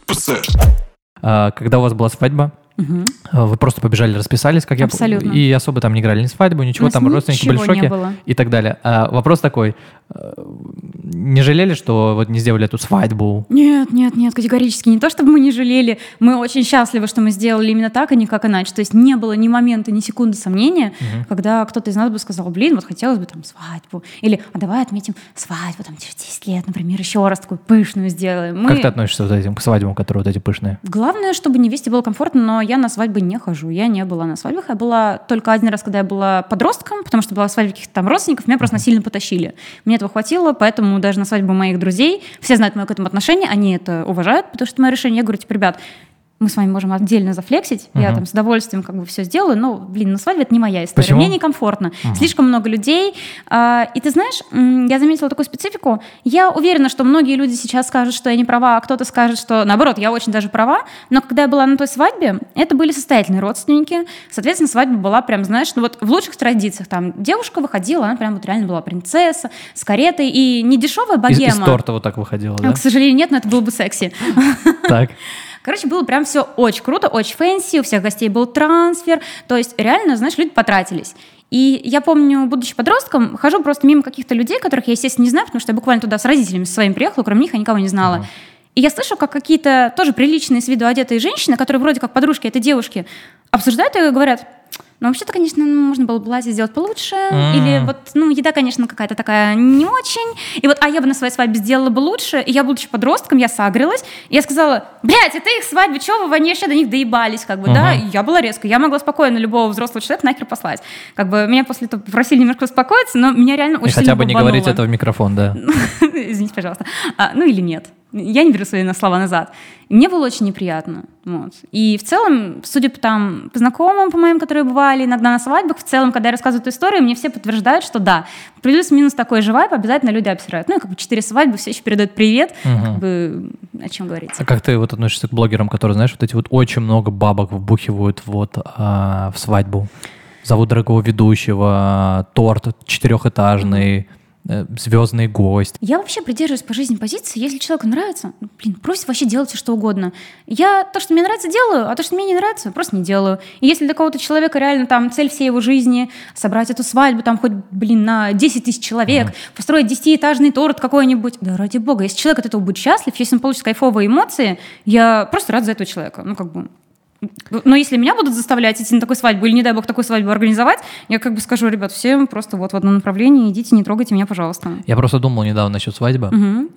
A: А, когда у вас была свадьба, угу. вы просто побежали, расписались, как
B: Абсолютно.
A: я и особо там не играли ни свадьбу, ничего, там родственники были в шоке и так далее. А, вопрос такой, не жалели, что вот не сделали эту свадьбу?
B: Нет, нет, нет, категорически. Не то, чтобы мы не жалели, мы очень счастливы, что мы сделали именно так, а не как иначе. То есть не было ни момента, ни секунды сомнения, угу. когда кто-то из нас бы сказал, блин, вот хотелось бы там свадьбу. Или, а давай отметим свадьбу там через десять лет, например, еще раз такую пышную сделаем. Мы...
A: Как ты относишься вот этим, к свадьбам, которые вот эти пышные?
B: Главное, чтобы невесте было комфортно, но я на свадьбы не хожу. Я не была на свадьбах. Я была только один раз, когда я была подростком, потому что была свадьба каких-то там родственников, меня просто насильно потащили. Мне этого хватило, поэтому даже на свадьбу моих друзей, все знают мое к этому отношение, они это уважают, потому что это мое решение. Я говорю, типа, ребят, мы с вами можем отдельно зафлексить, uh-huh. я там с удовольствием как бы все сделаю, но, блин, на свадьбе это не моя история.
A: Почему?
B: Мне некомфортно. Uh-huh. Слишком много людей. И ты знаешь, я заметила такую специфику. Я уверена, что многие люди сейчас скажут, что я не права, а кто-то скажет, что наоборот, я очень даже права. Но когда я была на той свадьбе, это были состоятельные родственники. Соответственно, свадьба была прям, знаешь, ну вот в лучших традициях. Там девушка выходила, она прям вот реально была принцесса с каретой. И не дешевая богема.
A: Из, из торта вот так выходила, да?
B: К сожалению, нет, но это было бы секси.
A: Так.
B: Короче, было прям все очень круто, очень фэнси, у всех гостей был трансфер, то есть реально, знаешь, люди потратились. И я помню, будучи подростком, хожу просто мимо каких-то людей, которых я, естественно, не знаю, потому что я буквально туда с родителями своими приехала, кроме них я никого не знала. Uh-huh. И я слышу, как какие-то тоже приличные с виду одетые женщины, которые вроде как подружки этой девушки, обсуждают ее и говорят, Ну, вообще-то, конечно, можно было платье сделать получше.
A: Mm.
B: Или вот, ну, еда, конечно, какая-то такая не очень. И вот, а я бы на своей свадьбе сделала бы лучше. И я, будучи подростком, я сагрилась. И я сказала, блядь, это их свадьба, чего вы, они вообще до них доебались, как бы, uh-huh. да? И я была резко. Я могла спокойно любого взрослого человека нахер послать. Как бы меня после этого попросили немножко успокоиться, но меня реально очень
A: и
B: сильно
A: хотя бы
B: бомбануло.
A: Не говорить это в микрофон, да.
B: Извините, пожалуйста. А, ну или нет. Я не беру свои слова назад. Мне было очень неприятно. Вот. И в целом, судя по, там, по знакомым, по моим, которые бывали иногда на свадьбах, в целом, когда я рассказываю эту историю, мне все подтверждают, что да, плюс-минус такой же вайб обязательно люди обсирают. Ну и как бы четыре свадьбы, все еще передают привет. Угу. Как бы, о чем говорить.
A: А как ты вот относишься к блогерам, которые, знаешь, вот эти вот очень много бабок вбухивают вот, а, в свадьбу? Зовут дорогого ведущего, торт четырехэтажный, звездный гость.
B: Я вообще придерживаюсь по жизни позиции, если человеку нравится, блин, брось вообще делайте что угодно. Я то, что мне нравится, делаю, а то, что мне не нравится, просто не делаю. И если для кого-то человека реально там цель всей его жизни собрать эту свадьбу, там хоть, блин, на десять тысяч человек, mm. построить десятиэтажный торт какой-нибудь, да ради бога, если человек от этого будет счастлив, если он получит кайфовые эмоции, я просто рад за этого человека. Ну, как бы... Но если меня будут заставлять идти на такую свадьбу или, не дай бог, такую свадьбу организовать, я как бы скажу, ребят, всем просто вот в одном направлении идите, не трогайте меня, пожалуйста.
A: Я просто думал недавно насчет свадьбы, угу.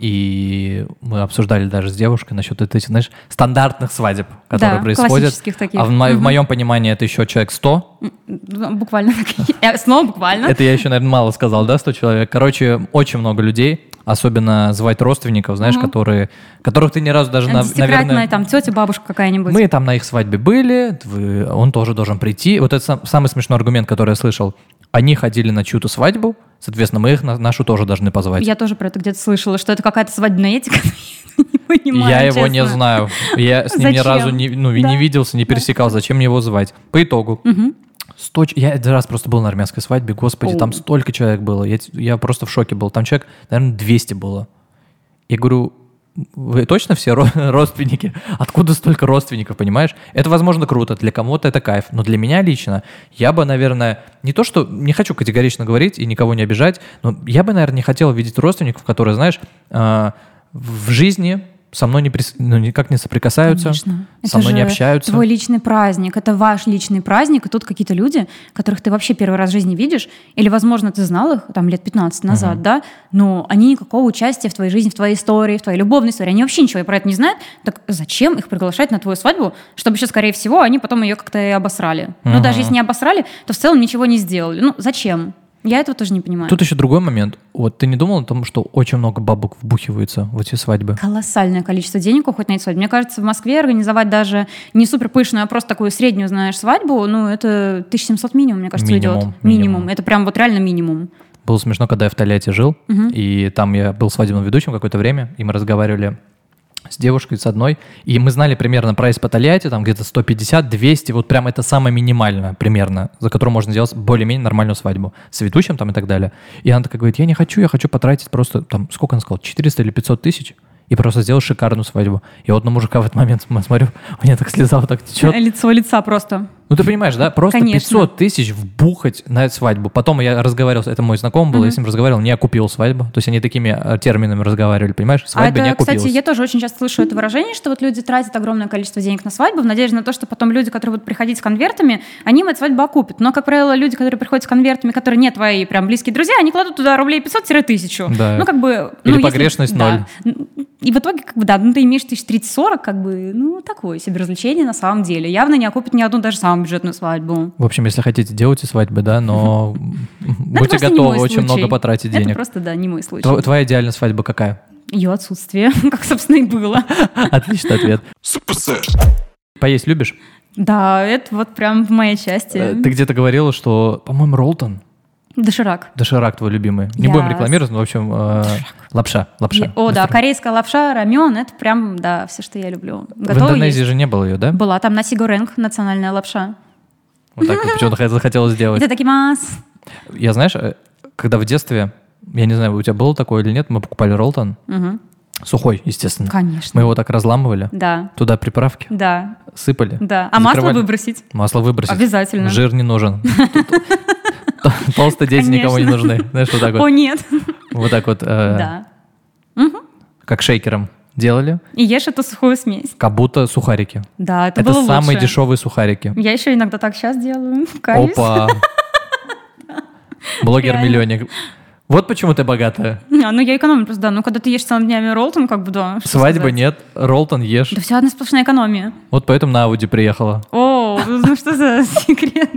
A: и мы обсуждали даже с девушкой насчет этих, знаешь, стандартных свадеб, которые
B: да,
A: происходят.
B: Классических таких.
A: А в, мо-
B: угу.
A: в моем понимании это еще человек сто.
B: Буквально. Снова буквально.
A: Это я еще, наверное, мало сказал, да, сто человек. Короче, очень много людей. Особенно звать родственников, знаешь, угу. которые, которых ты ни разу даже, наверное...
B: там тетя, бабушка какая-нибудь.
A: Мы там на их свадьбе были, вы, он тоже должен прийти. Вот это сам, самый смешной аргумент, который я слышал. Они ходили на чью-то свадьбу, соответственно, мы их на нашу тоже должны позвать.
B: Я тоже про это где-то слышала, что это какая-то свадебная этика. Не понимаю,
A: я
B: честно.
A: его не знаю. Я с ним ни разу не, ну, да. не виделся, не пересекал. Зачем мне его звать? По итогу.
B: Угу.
A: сто, я один раз просто был на армянской свадьбе, господи, О. там столько человек было, я, я просто в шоке был. Там человек, наверное, двести было. Я говорю, вы точно все родственники? Откуда столько родственников, понимаешь? Это, возможно, круто, для кого-то это кайф, но для меня лично, я бы, наверное, не то, что, не хочу категорично говорить и никого не обижать, но я бы, наверное, не хотел видеть родственников, которые, знаешь, э, в жизни... со мной не, ну, никак не соприкасаются,
B: Конечно.
A: со
B: это
A: мной не общаются.
B: Твой личный праздник, это ваш личный праздник, и тут какие-то люди, которых ты вообще первый раз в жизни видишь, или, возможно, ты знал их там лет пятнадцать назад, угу. да, но они никакого участия в твоей жизни, в твоей истории, в твоей любовной истории, они вообще ничего про это не знают, так зачем их приглашать на твою свадьбу, чтобы еще, скорее всего, они потом ее как-то и обосрали. Угу. Ну, даже если не обосрали, то в целом ничего не сделали. Ну, зачем? Я этого тоже не понимаю.
A: Тут еще другой момент. Вот ты не думал о том, что очень много бабок вбухивается в эти свадьбы?
B: Колоссальное количество денег уходит на эти свадьбы. Мне кажется, в Москве организовать даже не супер пышную, а просто такую среднюю, знаешь, свадьбу, ну, это тысяча семьсот минимум, мне кажется,
A: минимум,
B: идет.
A: Минимум.
B: Минимум. Это прям вот реально минимум.
A: Было смешно, когда я в Тольятти жил, угу. и там я был свадебным ведущим какое-то время, и мы разговаривали с девушкой, с одной, и мы знали примерно прайс по Тольятти, там где-то сто пятьдесят - двести, вот прям это самое минимальное примерно, за которое можно сделать более-менее нормальную свадьбу с ведущим там и так далее. И она такая говорит, я не хочу, я хочу потратить просто, там, сколько она сказала, четыреста или пятьсот тысяч, и просто сделать шикарную свадьбу. И вот на мужика в этот момент смотрю, у меня так слеза вот так течет.
B: Лицо лица просто.
A: Ну, ты понимаешь, да? Просто
B: Конечно.
A: пятьсот тысяч вбухать на свадьбу. Потом я разговаривал, это мой знакомый был, mm-hmm. я с ним разговаривал, не окупил свадьбу. То есть они такими терминами разговаривали, понимаешь? Свадьба
B: а это,
A: не окупилась.
B: Кстати, я тоже очень часто слышу это выражение, что вот люди тратят огромное количество денег на свадьбу в надежде на то, что потом люди, которые будут приходить с конвертами, они им эту свадьбу окупят. Но, как правило, люди, которые приходят с конвертами, которые не твои прям близкие друзья, они кладут туда рублей пятьсот - тысячу.
A: Да.
B: Ну, как бы...
A: Или
B: ну,
A: погрешность
B: если,
A: ноль.
B: Да. И в итоге, как бы, да, ну, ты имеешь тысяч тридцать - сорок, как бы, ну, такое себе развлечение на самом деле. Явно не окупит ни одну даже самую бюджетную свадьбу.
A: В общем, если хотите, делайте свадьбы, да, но будьте готовы очень много потратить денег.
B: Это просто, да, не мой случай.
A: Твоя идеальная свадьба какая?
B: Ее отсутствие, как, собственно, и было.
A: Отличный ответ. Поесть любишь?
B: Да, это вот прям в моей части.
A: Ты где-то говорила, что, по-моему, Ролтон.
B: Доширак.
A: Доширак твой любимый. Не
B: Я...
A: будем рекламировать, но, в общем, э, лапша. лапша.
B: Я... О, да, корейская лапша, рамен, это прям, да, все, что я люблю.
A: Готова в Индонезии есть? Же не было ее, да?
B: Была, там наси горенг, национальная лапша.
A: Вот так почему-то захотелось сделать.
B: Это такимас.
A: Я, знаешь, когда в детстве, я не знаю, у тебя было такое или нет, мы покупали Ролтон.
B: Угу.
A: Сухой, естественно.
B: Конечно.
A: Мы его так разламывали.
B: Да.
A: Туда приправки.
B: Да.
A: Сыпали.
B: Да. А масло выбросить?
A: Масло выбросить.
B: Обязательно.
A: Жир не нужен. Толстые дети никому не нужны. Знаешь, вот так вот.
B: О, нет.
A: Вот так вот.
B: Да.
A: Как шейкером делали?
B: И ешь эту сухую смесь.
A: Как будто сухарики.
B: Да, это,
A: Это
B: было
A: самые
B: лучше.
A: дешевые сухарики.
B: Я еще иногда так сейчас делаю. Каюсь.
A: Опа. Блогер-миллионник. Вот почему ты богатая.
B: А, ну я экономлю просто, да. Ну когда ты ешь целыми днями роллтон, как бы, да. что
A: Свадьбы
B: сказать.
A: нет, роллтон ешь.
B: Да все одна сплошная экономия.
A: Вот поэтому на Ауди приехала.
B: О, ну что за секрет?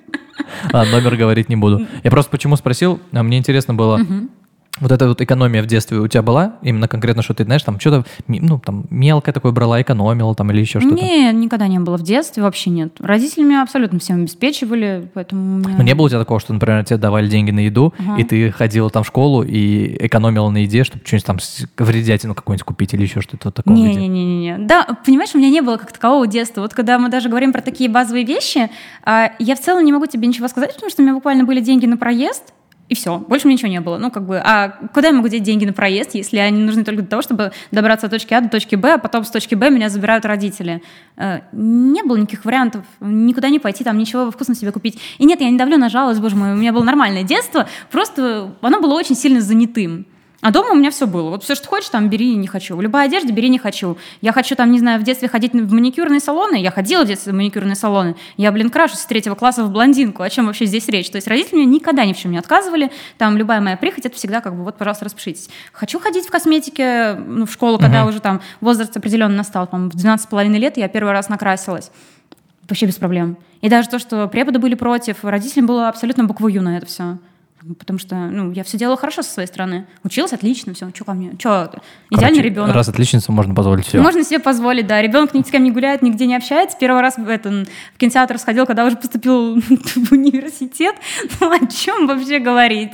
A: А, номер говорить не буду. Я просто почему спросил, а мне интересно было, вот эта вот экономия в детстве у тебя была? Именно конкретно, что ты, знаешь, там что-то, ну, там, мелкое такое брала, экономила там или еще что-то?
B: Не, никогда не было в детстве, вообще нет. Родители меня абсолютно всем обеспечивали, поэтому... у меня-
A: Ну, не было у тебя такого, что, например, тебе давали деньги на еду,
B: Ага.
A: и ты ходила там в школу и экономила на еде, чтобы что-нибудь там с- вредятину какую-нибудь купить или еще что-то такого виде?
B: Не-не-не-не. Да, понимаешь, у меня не было как такового детства. Вот когда мы даже говорим про такие базовые вещи, а, я в целом не могу тебе ничего сказать, потому что у меня буквально были деньги на проезд, и все, больше мне ничего не было. Ну, как бы, а куда я могу деть деньги на проезд, если они нужны только для того, чтобы добраться от точки А до точки Б, а потом с точки Б меня забирают родители? Э, Не было никаких вариантов, никуда не пойти, там ничего вкусно себе купить. И нет, я не давлю на жалость, боже мой, у меня было нормальное детство, просто оно было очень сильно занятым. А дома у меня все было. Вот все, что хочешь, там бери, не хочу. В любой одежде бери, не хочу. Я хочу, там, не знаю, в детстве ходить в маникюрные салоны. Я ходила в детстве в маникюрные салоны. Я, блин, крашусь с третьего класса в блондинку. О чем вообще здесь речь? То есть родители мне никогда ни в чем не отказывали. Там любая моя прихоть, это всегда как бы вот, пожалуйста, распишитесь. Хочу ходить в косметике, ну, в школу, когда
A: Мгм.
B: уже там возраст определенно настал. Там, в двенадцать с половиной лет я первый раз накрасилась. Вообще без проблем. И даже то, что преподы были против, родителям было абсолютно букву «Ю» на это все. Потому что, ну, я все делала хорошо со своей стороны. Училась отлично, все. Что ко мне? Что? Идеальный
A: Короче,
B: ребенок.
A: Раз отличница, можно позволить все.
B: Можно себе позволить, да. Ребенок ни с кем не гуляет, нигде не общается. Первый раз в, этом, в кинотеатр сходил, когда уже поступил в университет. Ну, о чем вообще говорить?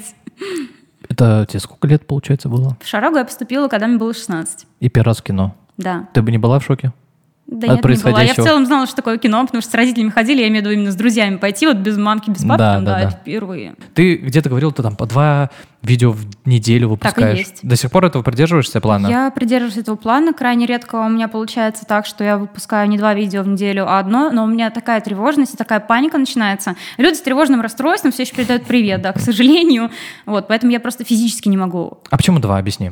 A: Это тебе сколько лет, получается, было?
B: В Шарагу я поступила, когда мне было шестнадцать.
A: И первый раз в кино.
B: Да.
A: Ты бы не была в шоке?
B: Да
A: От
B: нет, не была. Я в
A: происходящего?
B: целом знала, что такое кино, потому что с родителями ходили, я имею в виду именно с друзьями пойти, вот без мамки, без папы,
A: Да,
B: там,
A: да,
B: да,
A: да.
B: это впервые.
A: Ты где-то говорил, ты там по два видео в неделю выпускаешь.
B: есть.
A: До сих пор этого придерживаешься плана?
B: Я придерживаюсь этого плана. Крайне редко у меня получается так, что я выпускаю не два видео в неделю, а одно, но у меня такая тревожность и такая паника начинается. Люди с тревожным расстройством все еще передают привет, да, к сожалению. Вот, поэтому я просто физически не могу.
A: А почему два? Объясни.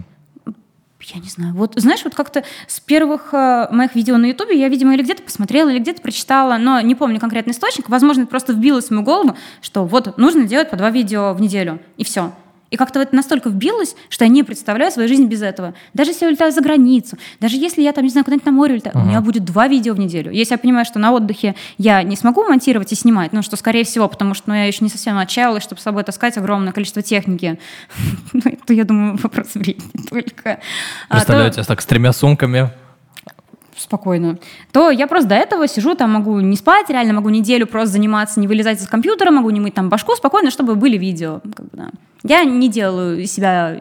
B: Я не знаю. Вот, знаешь, вот как-то с первых э, моих видео на Ютубе я, видимо, или где-то посмотрела, или где-то прочитала, но не помню конкретный источник. Возможно, это просто вбилось в мою голову, что вот нужно делать по два видео в неделю, и все. И как-то это настолько вбилось, что я не представляю свою жизнь без этого. Даже если я улетаю за границу, даже если я там, не знаю, куда-нибудь на море улетаю, uh-huh. у меня будет два видео в неделю. Если я понимаю, что на отдыхе я не смогу монтировать и снимать, ну, что, скорее всего, потому что ну, я еще не совсем отчаялась, чтобы с собой таскать огромное количество техники, ну, это, я думаю, вопрос времени только.
A: Представляю тебя так с тремя сумками.
B: Спокойно, то я просто до этого сижу, там могу не спать, реально могу неделю просто заниматься, не вылезать из компьютера, могу не мыть там башку, спокойно, чтобы были видео. Как бы, да. Я не делаю из себя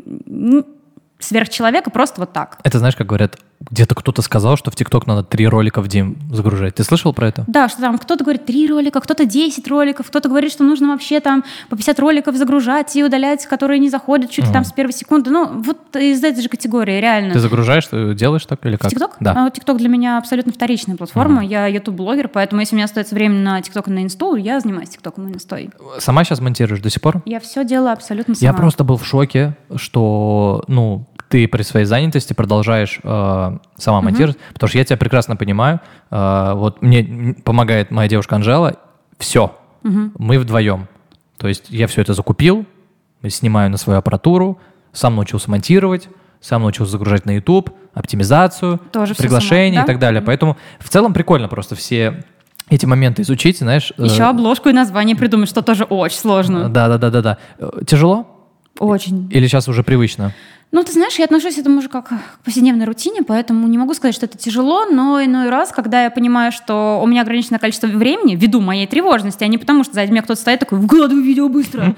B: ну, сверхчеловека просто вот так.
A: Это знаешь, как говорят, где-то кто-то сказал, что в ТикТок надо три ролика в день загружать. Ты слышал про это?
B: Да, что там кто-то говорит три ролика, кто-то десять роликов, кто-то говорит, что нужно вообще там по пятьдесят роликов загружать и удалять, которые не заходят чуть ли там с первой секунды. Ну, вот из этой же категории, реально.
A: Ты загружаешь, ты делаешь так или как?
B: ТикТок?
A: Да.
B: А, ТикТок для меня абсолютно вторичная платформа. Mm-hmm. Я ютуб-блогер, поэтому если у меня остается время на ТикТок и на Инсту, я занимаюсь ТикТоком и Инстой.
A: Сама сейчас монтируешь до сих пор?
B: Я все делаю абсолютно сама.
A: Я просто был в шоке, что, ну, ты при своей занятости продолжаешь э, сама монтировать, uh-huh. потому что я тебя прекрасно понимаю. Э, вот мне помогает моя девушка Анжела. Все, uh-huh. мы вдвоем. То есть я все это закупил, снимаю на свою аппаратуру, сам научился монтировать, сам научился загружать на YouTube, оптимизацию,
B: тоже
A: приглашения
B: сама, да?
A: и так далее. Uh-huh. Поэтому в целом прикольно просто все эти моменты изучить, знаешь.
B: Еще э... обложку и название придумать, что тоже очень сложно.
A: Да-да-да-да-да. Тяжело?
B: Очень.
A: Или сейчас уже привычно?
B: Ну, ты знаешь, я отношусь к этому уже как к повседневной рутине, поэтому не могу сказать, что это тяжело, но иной раз, когда я понимаю, что у меня ограниченное количество времени, ввиду моей тревожности, а не потому, что сзади меня кто-то стоит такой, выкладывай видео быстро,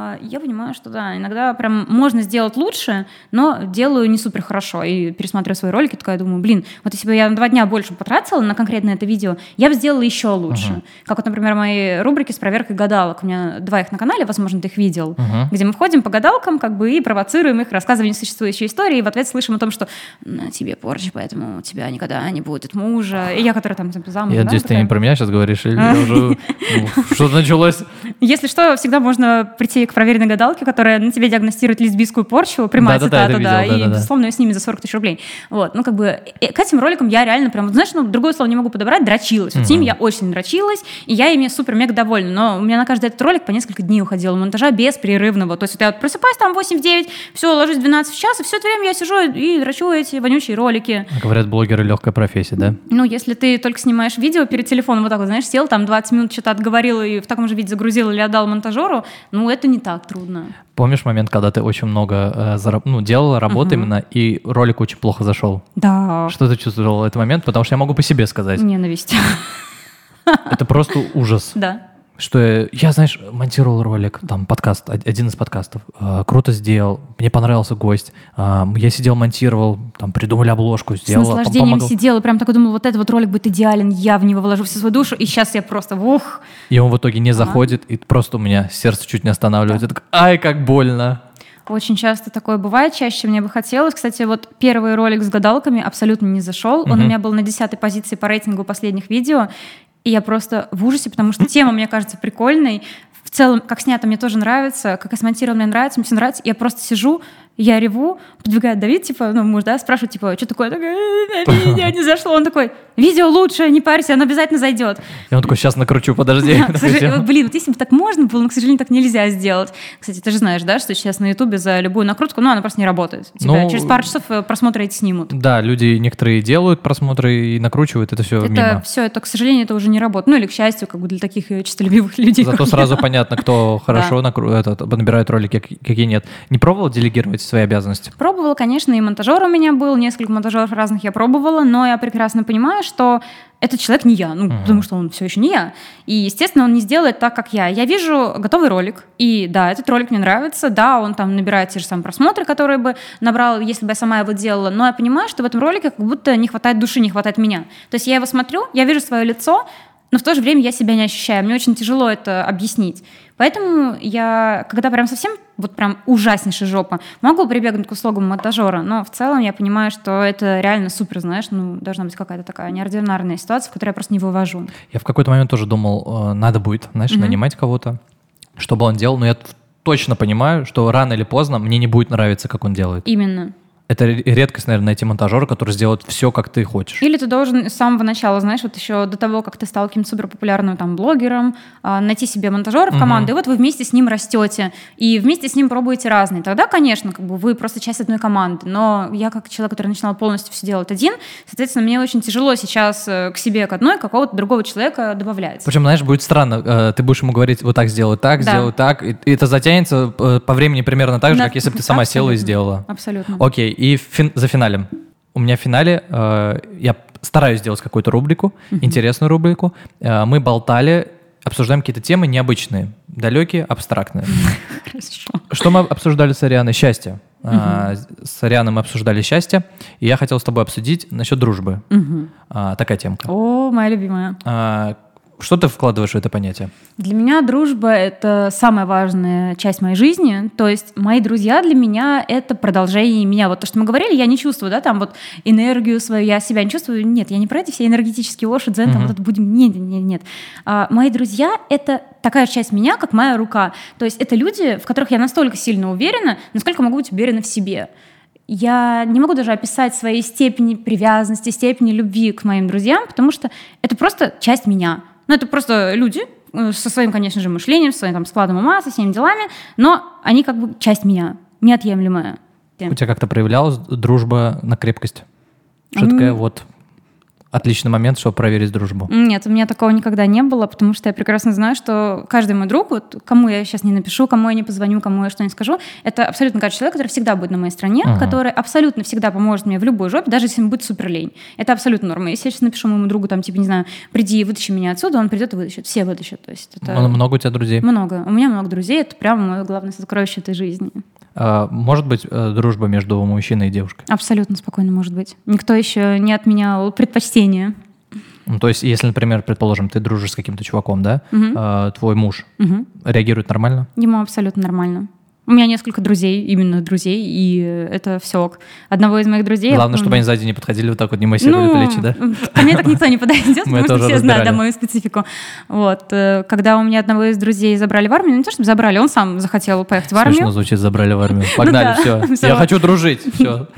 B: я понимаю, что да, иногда прям можно сделать лучше, но делаю не супер хорошо. И пересматриваю свои ролики, такая думаю, блин, вот если бы я на два дня больше потратила на конкретно это видео, я бы сделала еще лучше. Uh-huh. Как вот, например, мои рубрики с проверкой гадалок. У меня два их на канале, возможно, ты их видел, uh-huh. где мы входим по гадалкам как бы и провоцируем их, рассказываем существующие истории, и в ответ слышим о том, что на тебе порча, поэтому у тебя никогда не будет мужа. И я, которая там замужем.
A: Я надеюсь,
B: да,
A: ты не про меня сейчас говоришь, или уже что-то началось?
B: Если что, всегда можно прийти к проверенной гадалке, которая на тебе диагностирует лесбийскую порчу, прямая
A: Да-да-да,
B: цитата,
A: это
B: да,
A: видел,
B: и,
A: да-да-да.
B: безусловно, ее снимет за сорок тысяч рублей. Вот, ну, как бы, э, к этим роликам я реально прям, вот, знаешь, ну, другое слово не могу подобрать, дрочилась. Вот с ними я очень дрочилась, и я ими супер-мега довольна. Но у меня на каждый этот ролик по несколько дней уходило монтажа беспрерывного. То есть вот я вот просыпаюсь там в восемь-девять, все, ложусь в двенадцать в час, и все это время я сижу и дрочу эти вонючие ролики.
A: Говорят, блогеры легкая профессия, да?
B: Ну, если ты только снимаешь видео перед телефоном, вот так вот, знаешь, сел, там двадцать минут что-то отговорил и в таком же виде загрузил или отдал монтажеру, ну, это не так трудно.
A: Помнишь момент, когда ты очень много э, зараб- ну, делала работы
B: Мгм.
A: именно, и ролик очень плохо зашел?
B: Да.
A: Что ты чувствовала в этот момент? Потому что я могу по себе сказать.
B: Ненависть.
A: Это просто ужас.
B: Да.
A: Что я, я, знаешь, монтировал ролик, там, подкаст, од- один из подкастов. э, круто сделал, мне понравился гость. э, я сидел, монтировал, там, придумали обложку,
B: С
A: сделал.
B: наслаждением сидела, прям такой думала, вот этот вот ролик будет идеален, я в него вложу всю свою душу, и сейчас я просто, ух.
A: И он в итоге не заходит, и просто у меня сердце чуть не останавливается. Я такой, ай, как больно.
B: Очень часто такое бывает, чаще мне бы хотелось. Кстати, вот первый ролик с гадалками абсолютно не зашел. Он
A: Мгм.
B: у меня был на десятой позиции по рейтингу последних видео. И я просто в ужасе, потому что тема, мне кажется, прикольной. В целом, как снято, мне тоже нравится, как я смонтировала, мне нравится, мне все нравится. Я просто сижу, я реву, подвигает Давид, типа, ну, муж, да, спрашивает, типа, что такое? Такая, «Э, видео не зашло. Он такой, видео лучше, не парься, оно обязательно зайдет.
A: И он такой, сейчас накручу, подожди.
B: Да, к сожалению, вот, блин, вот если бы так можно было, но, к сожалению, так нельзя сделать. Кстати, ты же знаешь, да, что сейчас на Ютубе за любую накрутку, ну, она просто не работает. Типа,
A: Ну,
B: через пару часов э, просмотры эти снимут.
A: Да, люди некоторые делают просмотры и накручивают, это все
B: Это
A: мимо.
B: все, это, к сожалению, это уже не работает. Ну, или, к счастью, как бы для таких э, честолюбивых людей.
A: Зато
B: как
A: сразу
B: я.
A: понятно, кто хорошо накру- этот, набирает ролики, как- какие нет. Не пробовал делегировать свои обязанности?
B: Пробовала, конечно, и монтажер у меня был, несколько монтажеров разных я пробовала, но я прекрасно понимаю, что этот человек не я, ну,
A: Мгм.
B: потому что он все еще не я. И, естественно, он не сделает так, как я. Я вижу готовый ролик, и да, этот ролик мне нравится, да, он там набирает те же самые просмотры, которые бы набрал, если бы я сама его делала, но я понимаю, что в этом ролике как будто не хватает души, не хватает меня. То есть я его смотрю, я вижу свое лицо, но в то же время я себя не ощущаю. Мне очень тяжело это объяснить. Поэтому я, когда прям совсем, вот прям ужаснейшая жопа, могу прибегнуть к услугам монтажера, но в целом я понимаю, что это реально супер, знаешь, ну, должна быть какая-то такая неординарная ситуация, в которой я просто не вывожу.
A: Я в какой-то момент тоже думал, э, надо будет, знаешь,
B: Мгм.
A: нанимать кого-то, чтобы он делал, но я т- точно понимаю, что рано или поздно мне не будет нравиться, как он делает.
B: Именно.
A: Это ре- редкость, наверное, найти монтажера, который сделает все, как ты хочешь.
B: Или ты должен с самого начала, знаешь, вот еще до того, как ты стал каким-то суперпопулярным там блогером, а, найти себе монтажера в
A: Мгм.
B: команду, и вот вы вместе с ним растете, и вместе с ним пробуете разные. Тогда, конечно, как бы вы просто часть одной команды. Но я, как человек, который начинал полностью все делать один, соответственно, мне очень тяжело сейчас э, к себе, к одной, какого-то другого человека добавлять.
A: Причем, знаешь, будет странно, э, ты будешь ему говорить, вот так сделай, так,
B: Да.
A: сделай так, и, и это затянется э, по времени примерно так же,
B: На-
A: как если бы ты сама села и
B: Абсолютно.
A: сделала.
B: Абсолютно.
A: Окей, и фин- за финалем. У меня в финале э, я стараюсь сделать какую-то рубрику, интересную рубрику. Э, мы болтали, обсуждаем какие-то темы необычные, далекие, абстрактные.
B: Хорошо.
A: Что мы обсуждали с Арианой? Счастье. А, с Арианой мы обсуждали счастье, и я хотел с тобой обсудить насчет дружбы.
B: Мгм.
A: А, такая темка.
B: О, моя любимая.
A: А, что ты вкладываешь в это понятие?
B: Для меня дружба — это самая важная часть моей жизни. То есть мои друзья для меня — это продолжение меня. Вот то, что мы говорили, я не чувствую, да, там вот энергию свою, я себя не чувствую. Нет, я не про эти все энергетические оши, дзен, там
A: Мгм.
B: вот это будем... Нет, нет, нет. А, мои друзья — это такая часть меня, как моя рука. То есть это люди, в которых я настолько сильно уверена, насколько могу быть уверена в себе. Я не могу даже описать своей степени привязанности, степени любви к моим друзьям, потому что это просто часть меня. Ну, это просто люди э, со своим, конечно же, мышлением, со своим там, складом ума, со всеми делами, но они как бы часть меня, неотъемлемая.
A: У тебя как-то проявлялась дружба на крепкость? Что
B: М.
A: такое вот отличный момент, чтобы проверить дружбу?
B: Нет, у меня такого никогда не было, потому что я прекрасно знаю, что каждый мой друг, вот кому я сейчас не напишу, кому я не позвоню, кому я что не скажу, это абсолютно каждый человек, который всегда будет на моей стороне,
A: Ага.
B: который абсолютно всегда поможет мне в любой жопе, даже если ему будет супер лень. Это абсолютно норма. Если я сейчас напишу моему другу, там, типа, не знаю, приди и вытащи меня отсюда, он придет и вытащит. Все вытащат. То есть это...
A: М- Много у тебя друзей?
B: Много. У меня много друзей, это прямо мое главное сокровище этой жизни.
A: А, может быть э, дружба между мужчиной и девушкой?
B: Абсолютно спокойно может быть. Никто еще не отменял предпочтения.
A: Ну, то есть, если, например, предположим, ты дружишь с каким-то чуваком, да,
B: Мгм.
A: а, твой муж
B: Мгм.
A: реагирует нормально?
B: Ему абсолютно нормально. У меня несколько друзей, именно друзей, и это все ок. Одного из моих друзей...
A: Главное,
B: я...
A: чтобы они сзади не подходили, вот так вот не массировали
B: ну,
A: плечи, да?
B: Ко мне так никто не подойдет,
A: Мы
B: потому что все
A: разбирали.
B: знают, да, мою специфику. Вот. Когда у меня одного из друзей забрали в армию, ну не то, чтобы забрали, он сам захотел поехать в армию.
A: Смешно звучит, забрали в армию. Погнали,
B: Ну,
A: все. Я хочу дружить, все.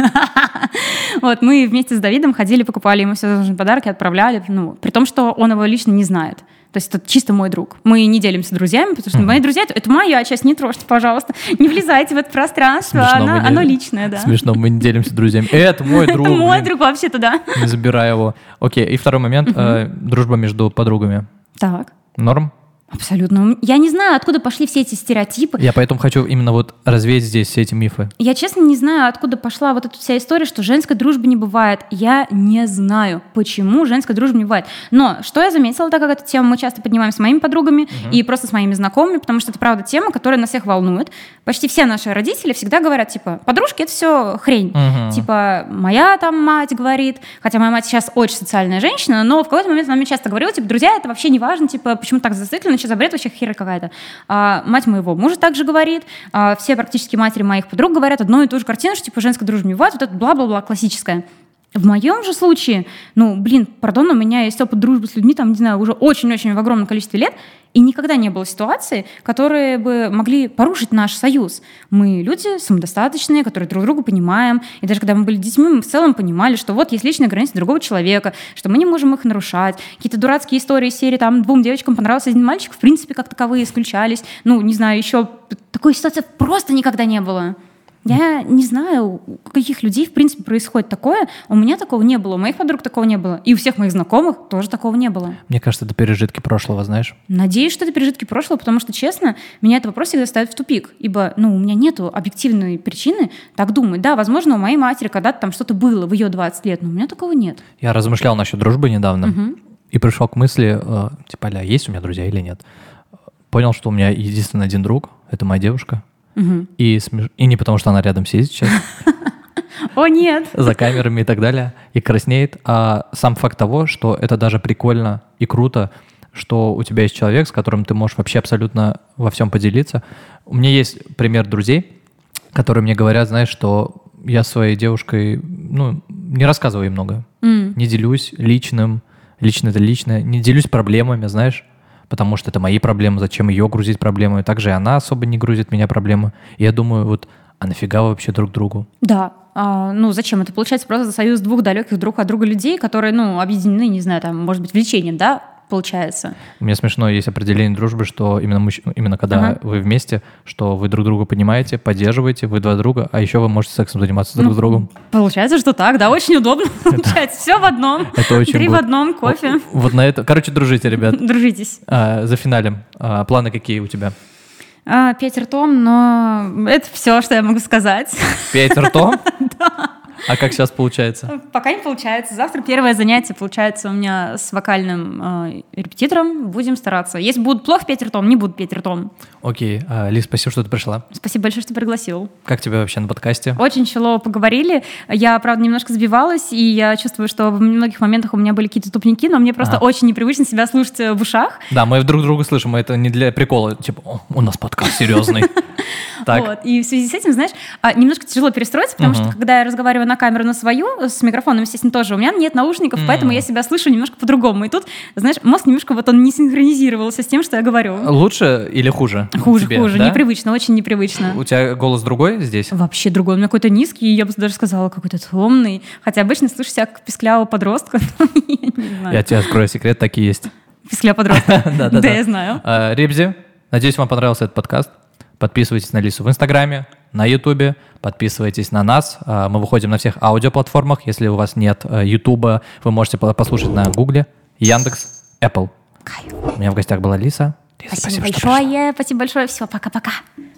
B: Вот, мы вместе с Давидом ходили, покупали ему все нужные подарки, отправляли, ну, при том, что он его лично не знает. То есть это чисто мой друг. Мы не делимся друзьями, потому что mm-hmm. мои друзья — это моя часть, не трожьте, пожалуйста. Не влезайте в это пространство, оно, оно личное, да.
A: Смешно, мы не делимся друзьями. Это мой друг.
B: Это мой друг вообще-то, да.
A: Не забирай его. Окей, и второй момент. Mm-hmm. э, дружба между подругами.
B: Так.
A: Норм?
B: Абсолютно. Я не знаю, откуда пошли все эти стереотипы.
A: Я поэтому хочу именно вот развеять здесь все эти мифы.
B: Я, честно, не знаю, откуда пошла вот эта вся история, что женской дружбы не бывает. Я не знаю, почему женской дружбы не бывает. Но что я заметила, так как эту тему мы часто поднимаем с моими подругами uh-huh. и просто с моими знакомыми, потому что это, правда, тема, которая нас всех волнует. Почти все наши родители всегда говорят, типа, подружки — это все хрень. Uh-huh. Типа, моя там мать говорит, хотя моя мать сейчас очень социальная женщина, но в какой-то момент она мне часто говорила, типа, друзья, это вообще не важно, типа, почему так зациклено, сейчас бред вообще херня какая-то. А, мать моего мужа также говорит, а, все практически матери моих подруг говорят одну и ту же картину, что типа женской дружбы не бывает, вот это бла-бла-бла классическое. В моем же случае, ну, блин, пардон, у меня есть опыт дружбы с людьми, там, не знаю, уже очень-очень в огромном количестве лет, и никогда не было ситуации, которые бы могли порушить наш союз. Мы люди самодостаточные, которые друг друга понимаем, и даже когда мы были детьми, мы в целом понимали, что вот есть личные границы другого человека, что мы не можем их нарушать. Какие-то дурацкие истории серии, там, двум девочкам понравился один мальчик, в принципе, как таковые исключались. Ну, не знаю, еще такой ситуации просто никогда не было. Я не знаю, у каких людей, в принципе, происходит такое. У меня такого не было, у моих подруг такого не было. И у всех моих знакомых тоже такого не было.
A: Мне кажется, это пережитки прошлого, знаешь?
B: Надеюсь, что это пережитки прошлого, потому что, честно, меня этот вопрос всегда ставит в тупик. Ибо, ну, у меня нету объективной причины так думать. Да, возможно, у моей матери когда-то там что-то было в ее двадцать лет, но у меня такого нет.
A: Я размышлял насчет дружбы недавно
B: Угу.
A: и пришел к мысли, э, типа, ля, есть у меня друзья или нет. Понял, что у меня единственный один друг — это моя девушка.
B: Угу.
A: И, смеш... и не потому, что она рядом сидит сейчас.
B: О, нет!
A: За камерами и так далее, и краснеет. А сам факт того, что это даже прикольно и круто, что у тебя есть человек, с которым ты можешь вообще абсолютно во всем поделиться. У меня есть пример друзей, которые мне говорят, знаешь, что я своей девушкой, ну, не рассказываю ей много.
B: Mm.
A: Не делюсь личным, лично это личное, не делюсь проблемами, знаешь, потому что это мои проблемы, зачем ее грузить проблемами. Также и она особо не грузит меня проблемы. И я думаю, вот, а нафига вы вообще друг другу?
B: Да, а, ну зачем? Это получается просто союз двух далеких друг от друга людей, которые, ну, объединены, не знаю, там, может быть, влечением, да, получается.
A: Мне смешно, есть определение дружбы, что именно, мужч... именно когда ага. вы вместе, что вы друг друга понимаете, поддерживаете, вы два друга, а еще вы можете сексом заниматься друг
B: ну,
A: с другом.
B: Получается, что так, да, очень удобно. Получается, все в одном.
A: Это очень
B: Три в одном, кофе.
A: Вот на это. Короче, дружите, ребят.
B: Дружитесь.
A: За финалем. Планы какие у тебя?
B: Пять ртом, но это все, что я могу сказать.
A: Пять ртом?
B: Да.
A: А как сейчас получается?
B: Пока не получается. Завтра первое занятие получается у меня с вокальным э, репетитором. Будем стараться. Если будут плохо петь ртом, не буду петь ртом.
A: Окей. А, Лиз, спасибо, что ты пришла.
B: Спасибо большое, что пригласил.
A: Как тебе вообще на подкасте?
B: Очень челово поговорили. Я, правда, немножко сбивалась, и я чувствую, что в многих моментах у меня были какие-то тупники, но мне просто а. очень непривычно себя слушать в ушах.
A: Да, мы друг друга слышим, мы это не для прикола. Типа, у нас подкаст серьезный.
B: Вот. И в связи с этим, знаешь, немножко тяжело перестроиться, потому что когда я разговариваю на камеру на свою, с микрофоном, естественно, тоже, у меня нет наушников, mm. поэтому я себя слышу немножко по-другому. И тут, знаешь, мозг немножко вот он не синхронизировался с тем, что я говорю.
A: Лучше или хуже?
B: Хуже,
A: тебе,
B: хуже,
A: да?
B: непривычно, очень непривычно.
A: У тебя голос другой здесь?
B: Вообще другой, у меня какой-то низкий, я бы даже сказала, какой-то томный. Хотя обычно слышу себя как писклявого подростка.
A: Я тебе открою секрет, так и есть.
B: Писклявый подросток? Да, я знаю.
A: Рибзи, надеюсь, вам понравился этот подкаст. Подписывайтесь на Лису в Инстаграме, на Ютубе, подписывайтесь на нас. Мы выходим на всех аудиоплатформах. Если у вас нет Ютуба, вы можете послушать на Гугле, Яндекс, Apple.
B: Кайф.
A: У меня в гостях была Лиса.
B: Лиса, спасибо, спасибо большое. Спасибо большое. Все, пока-пока.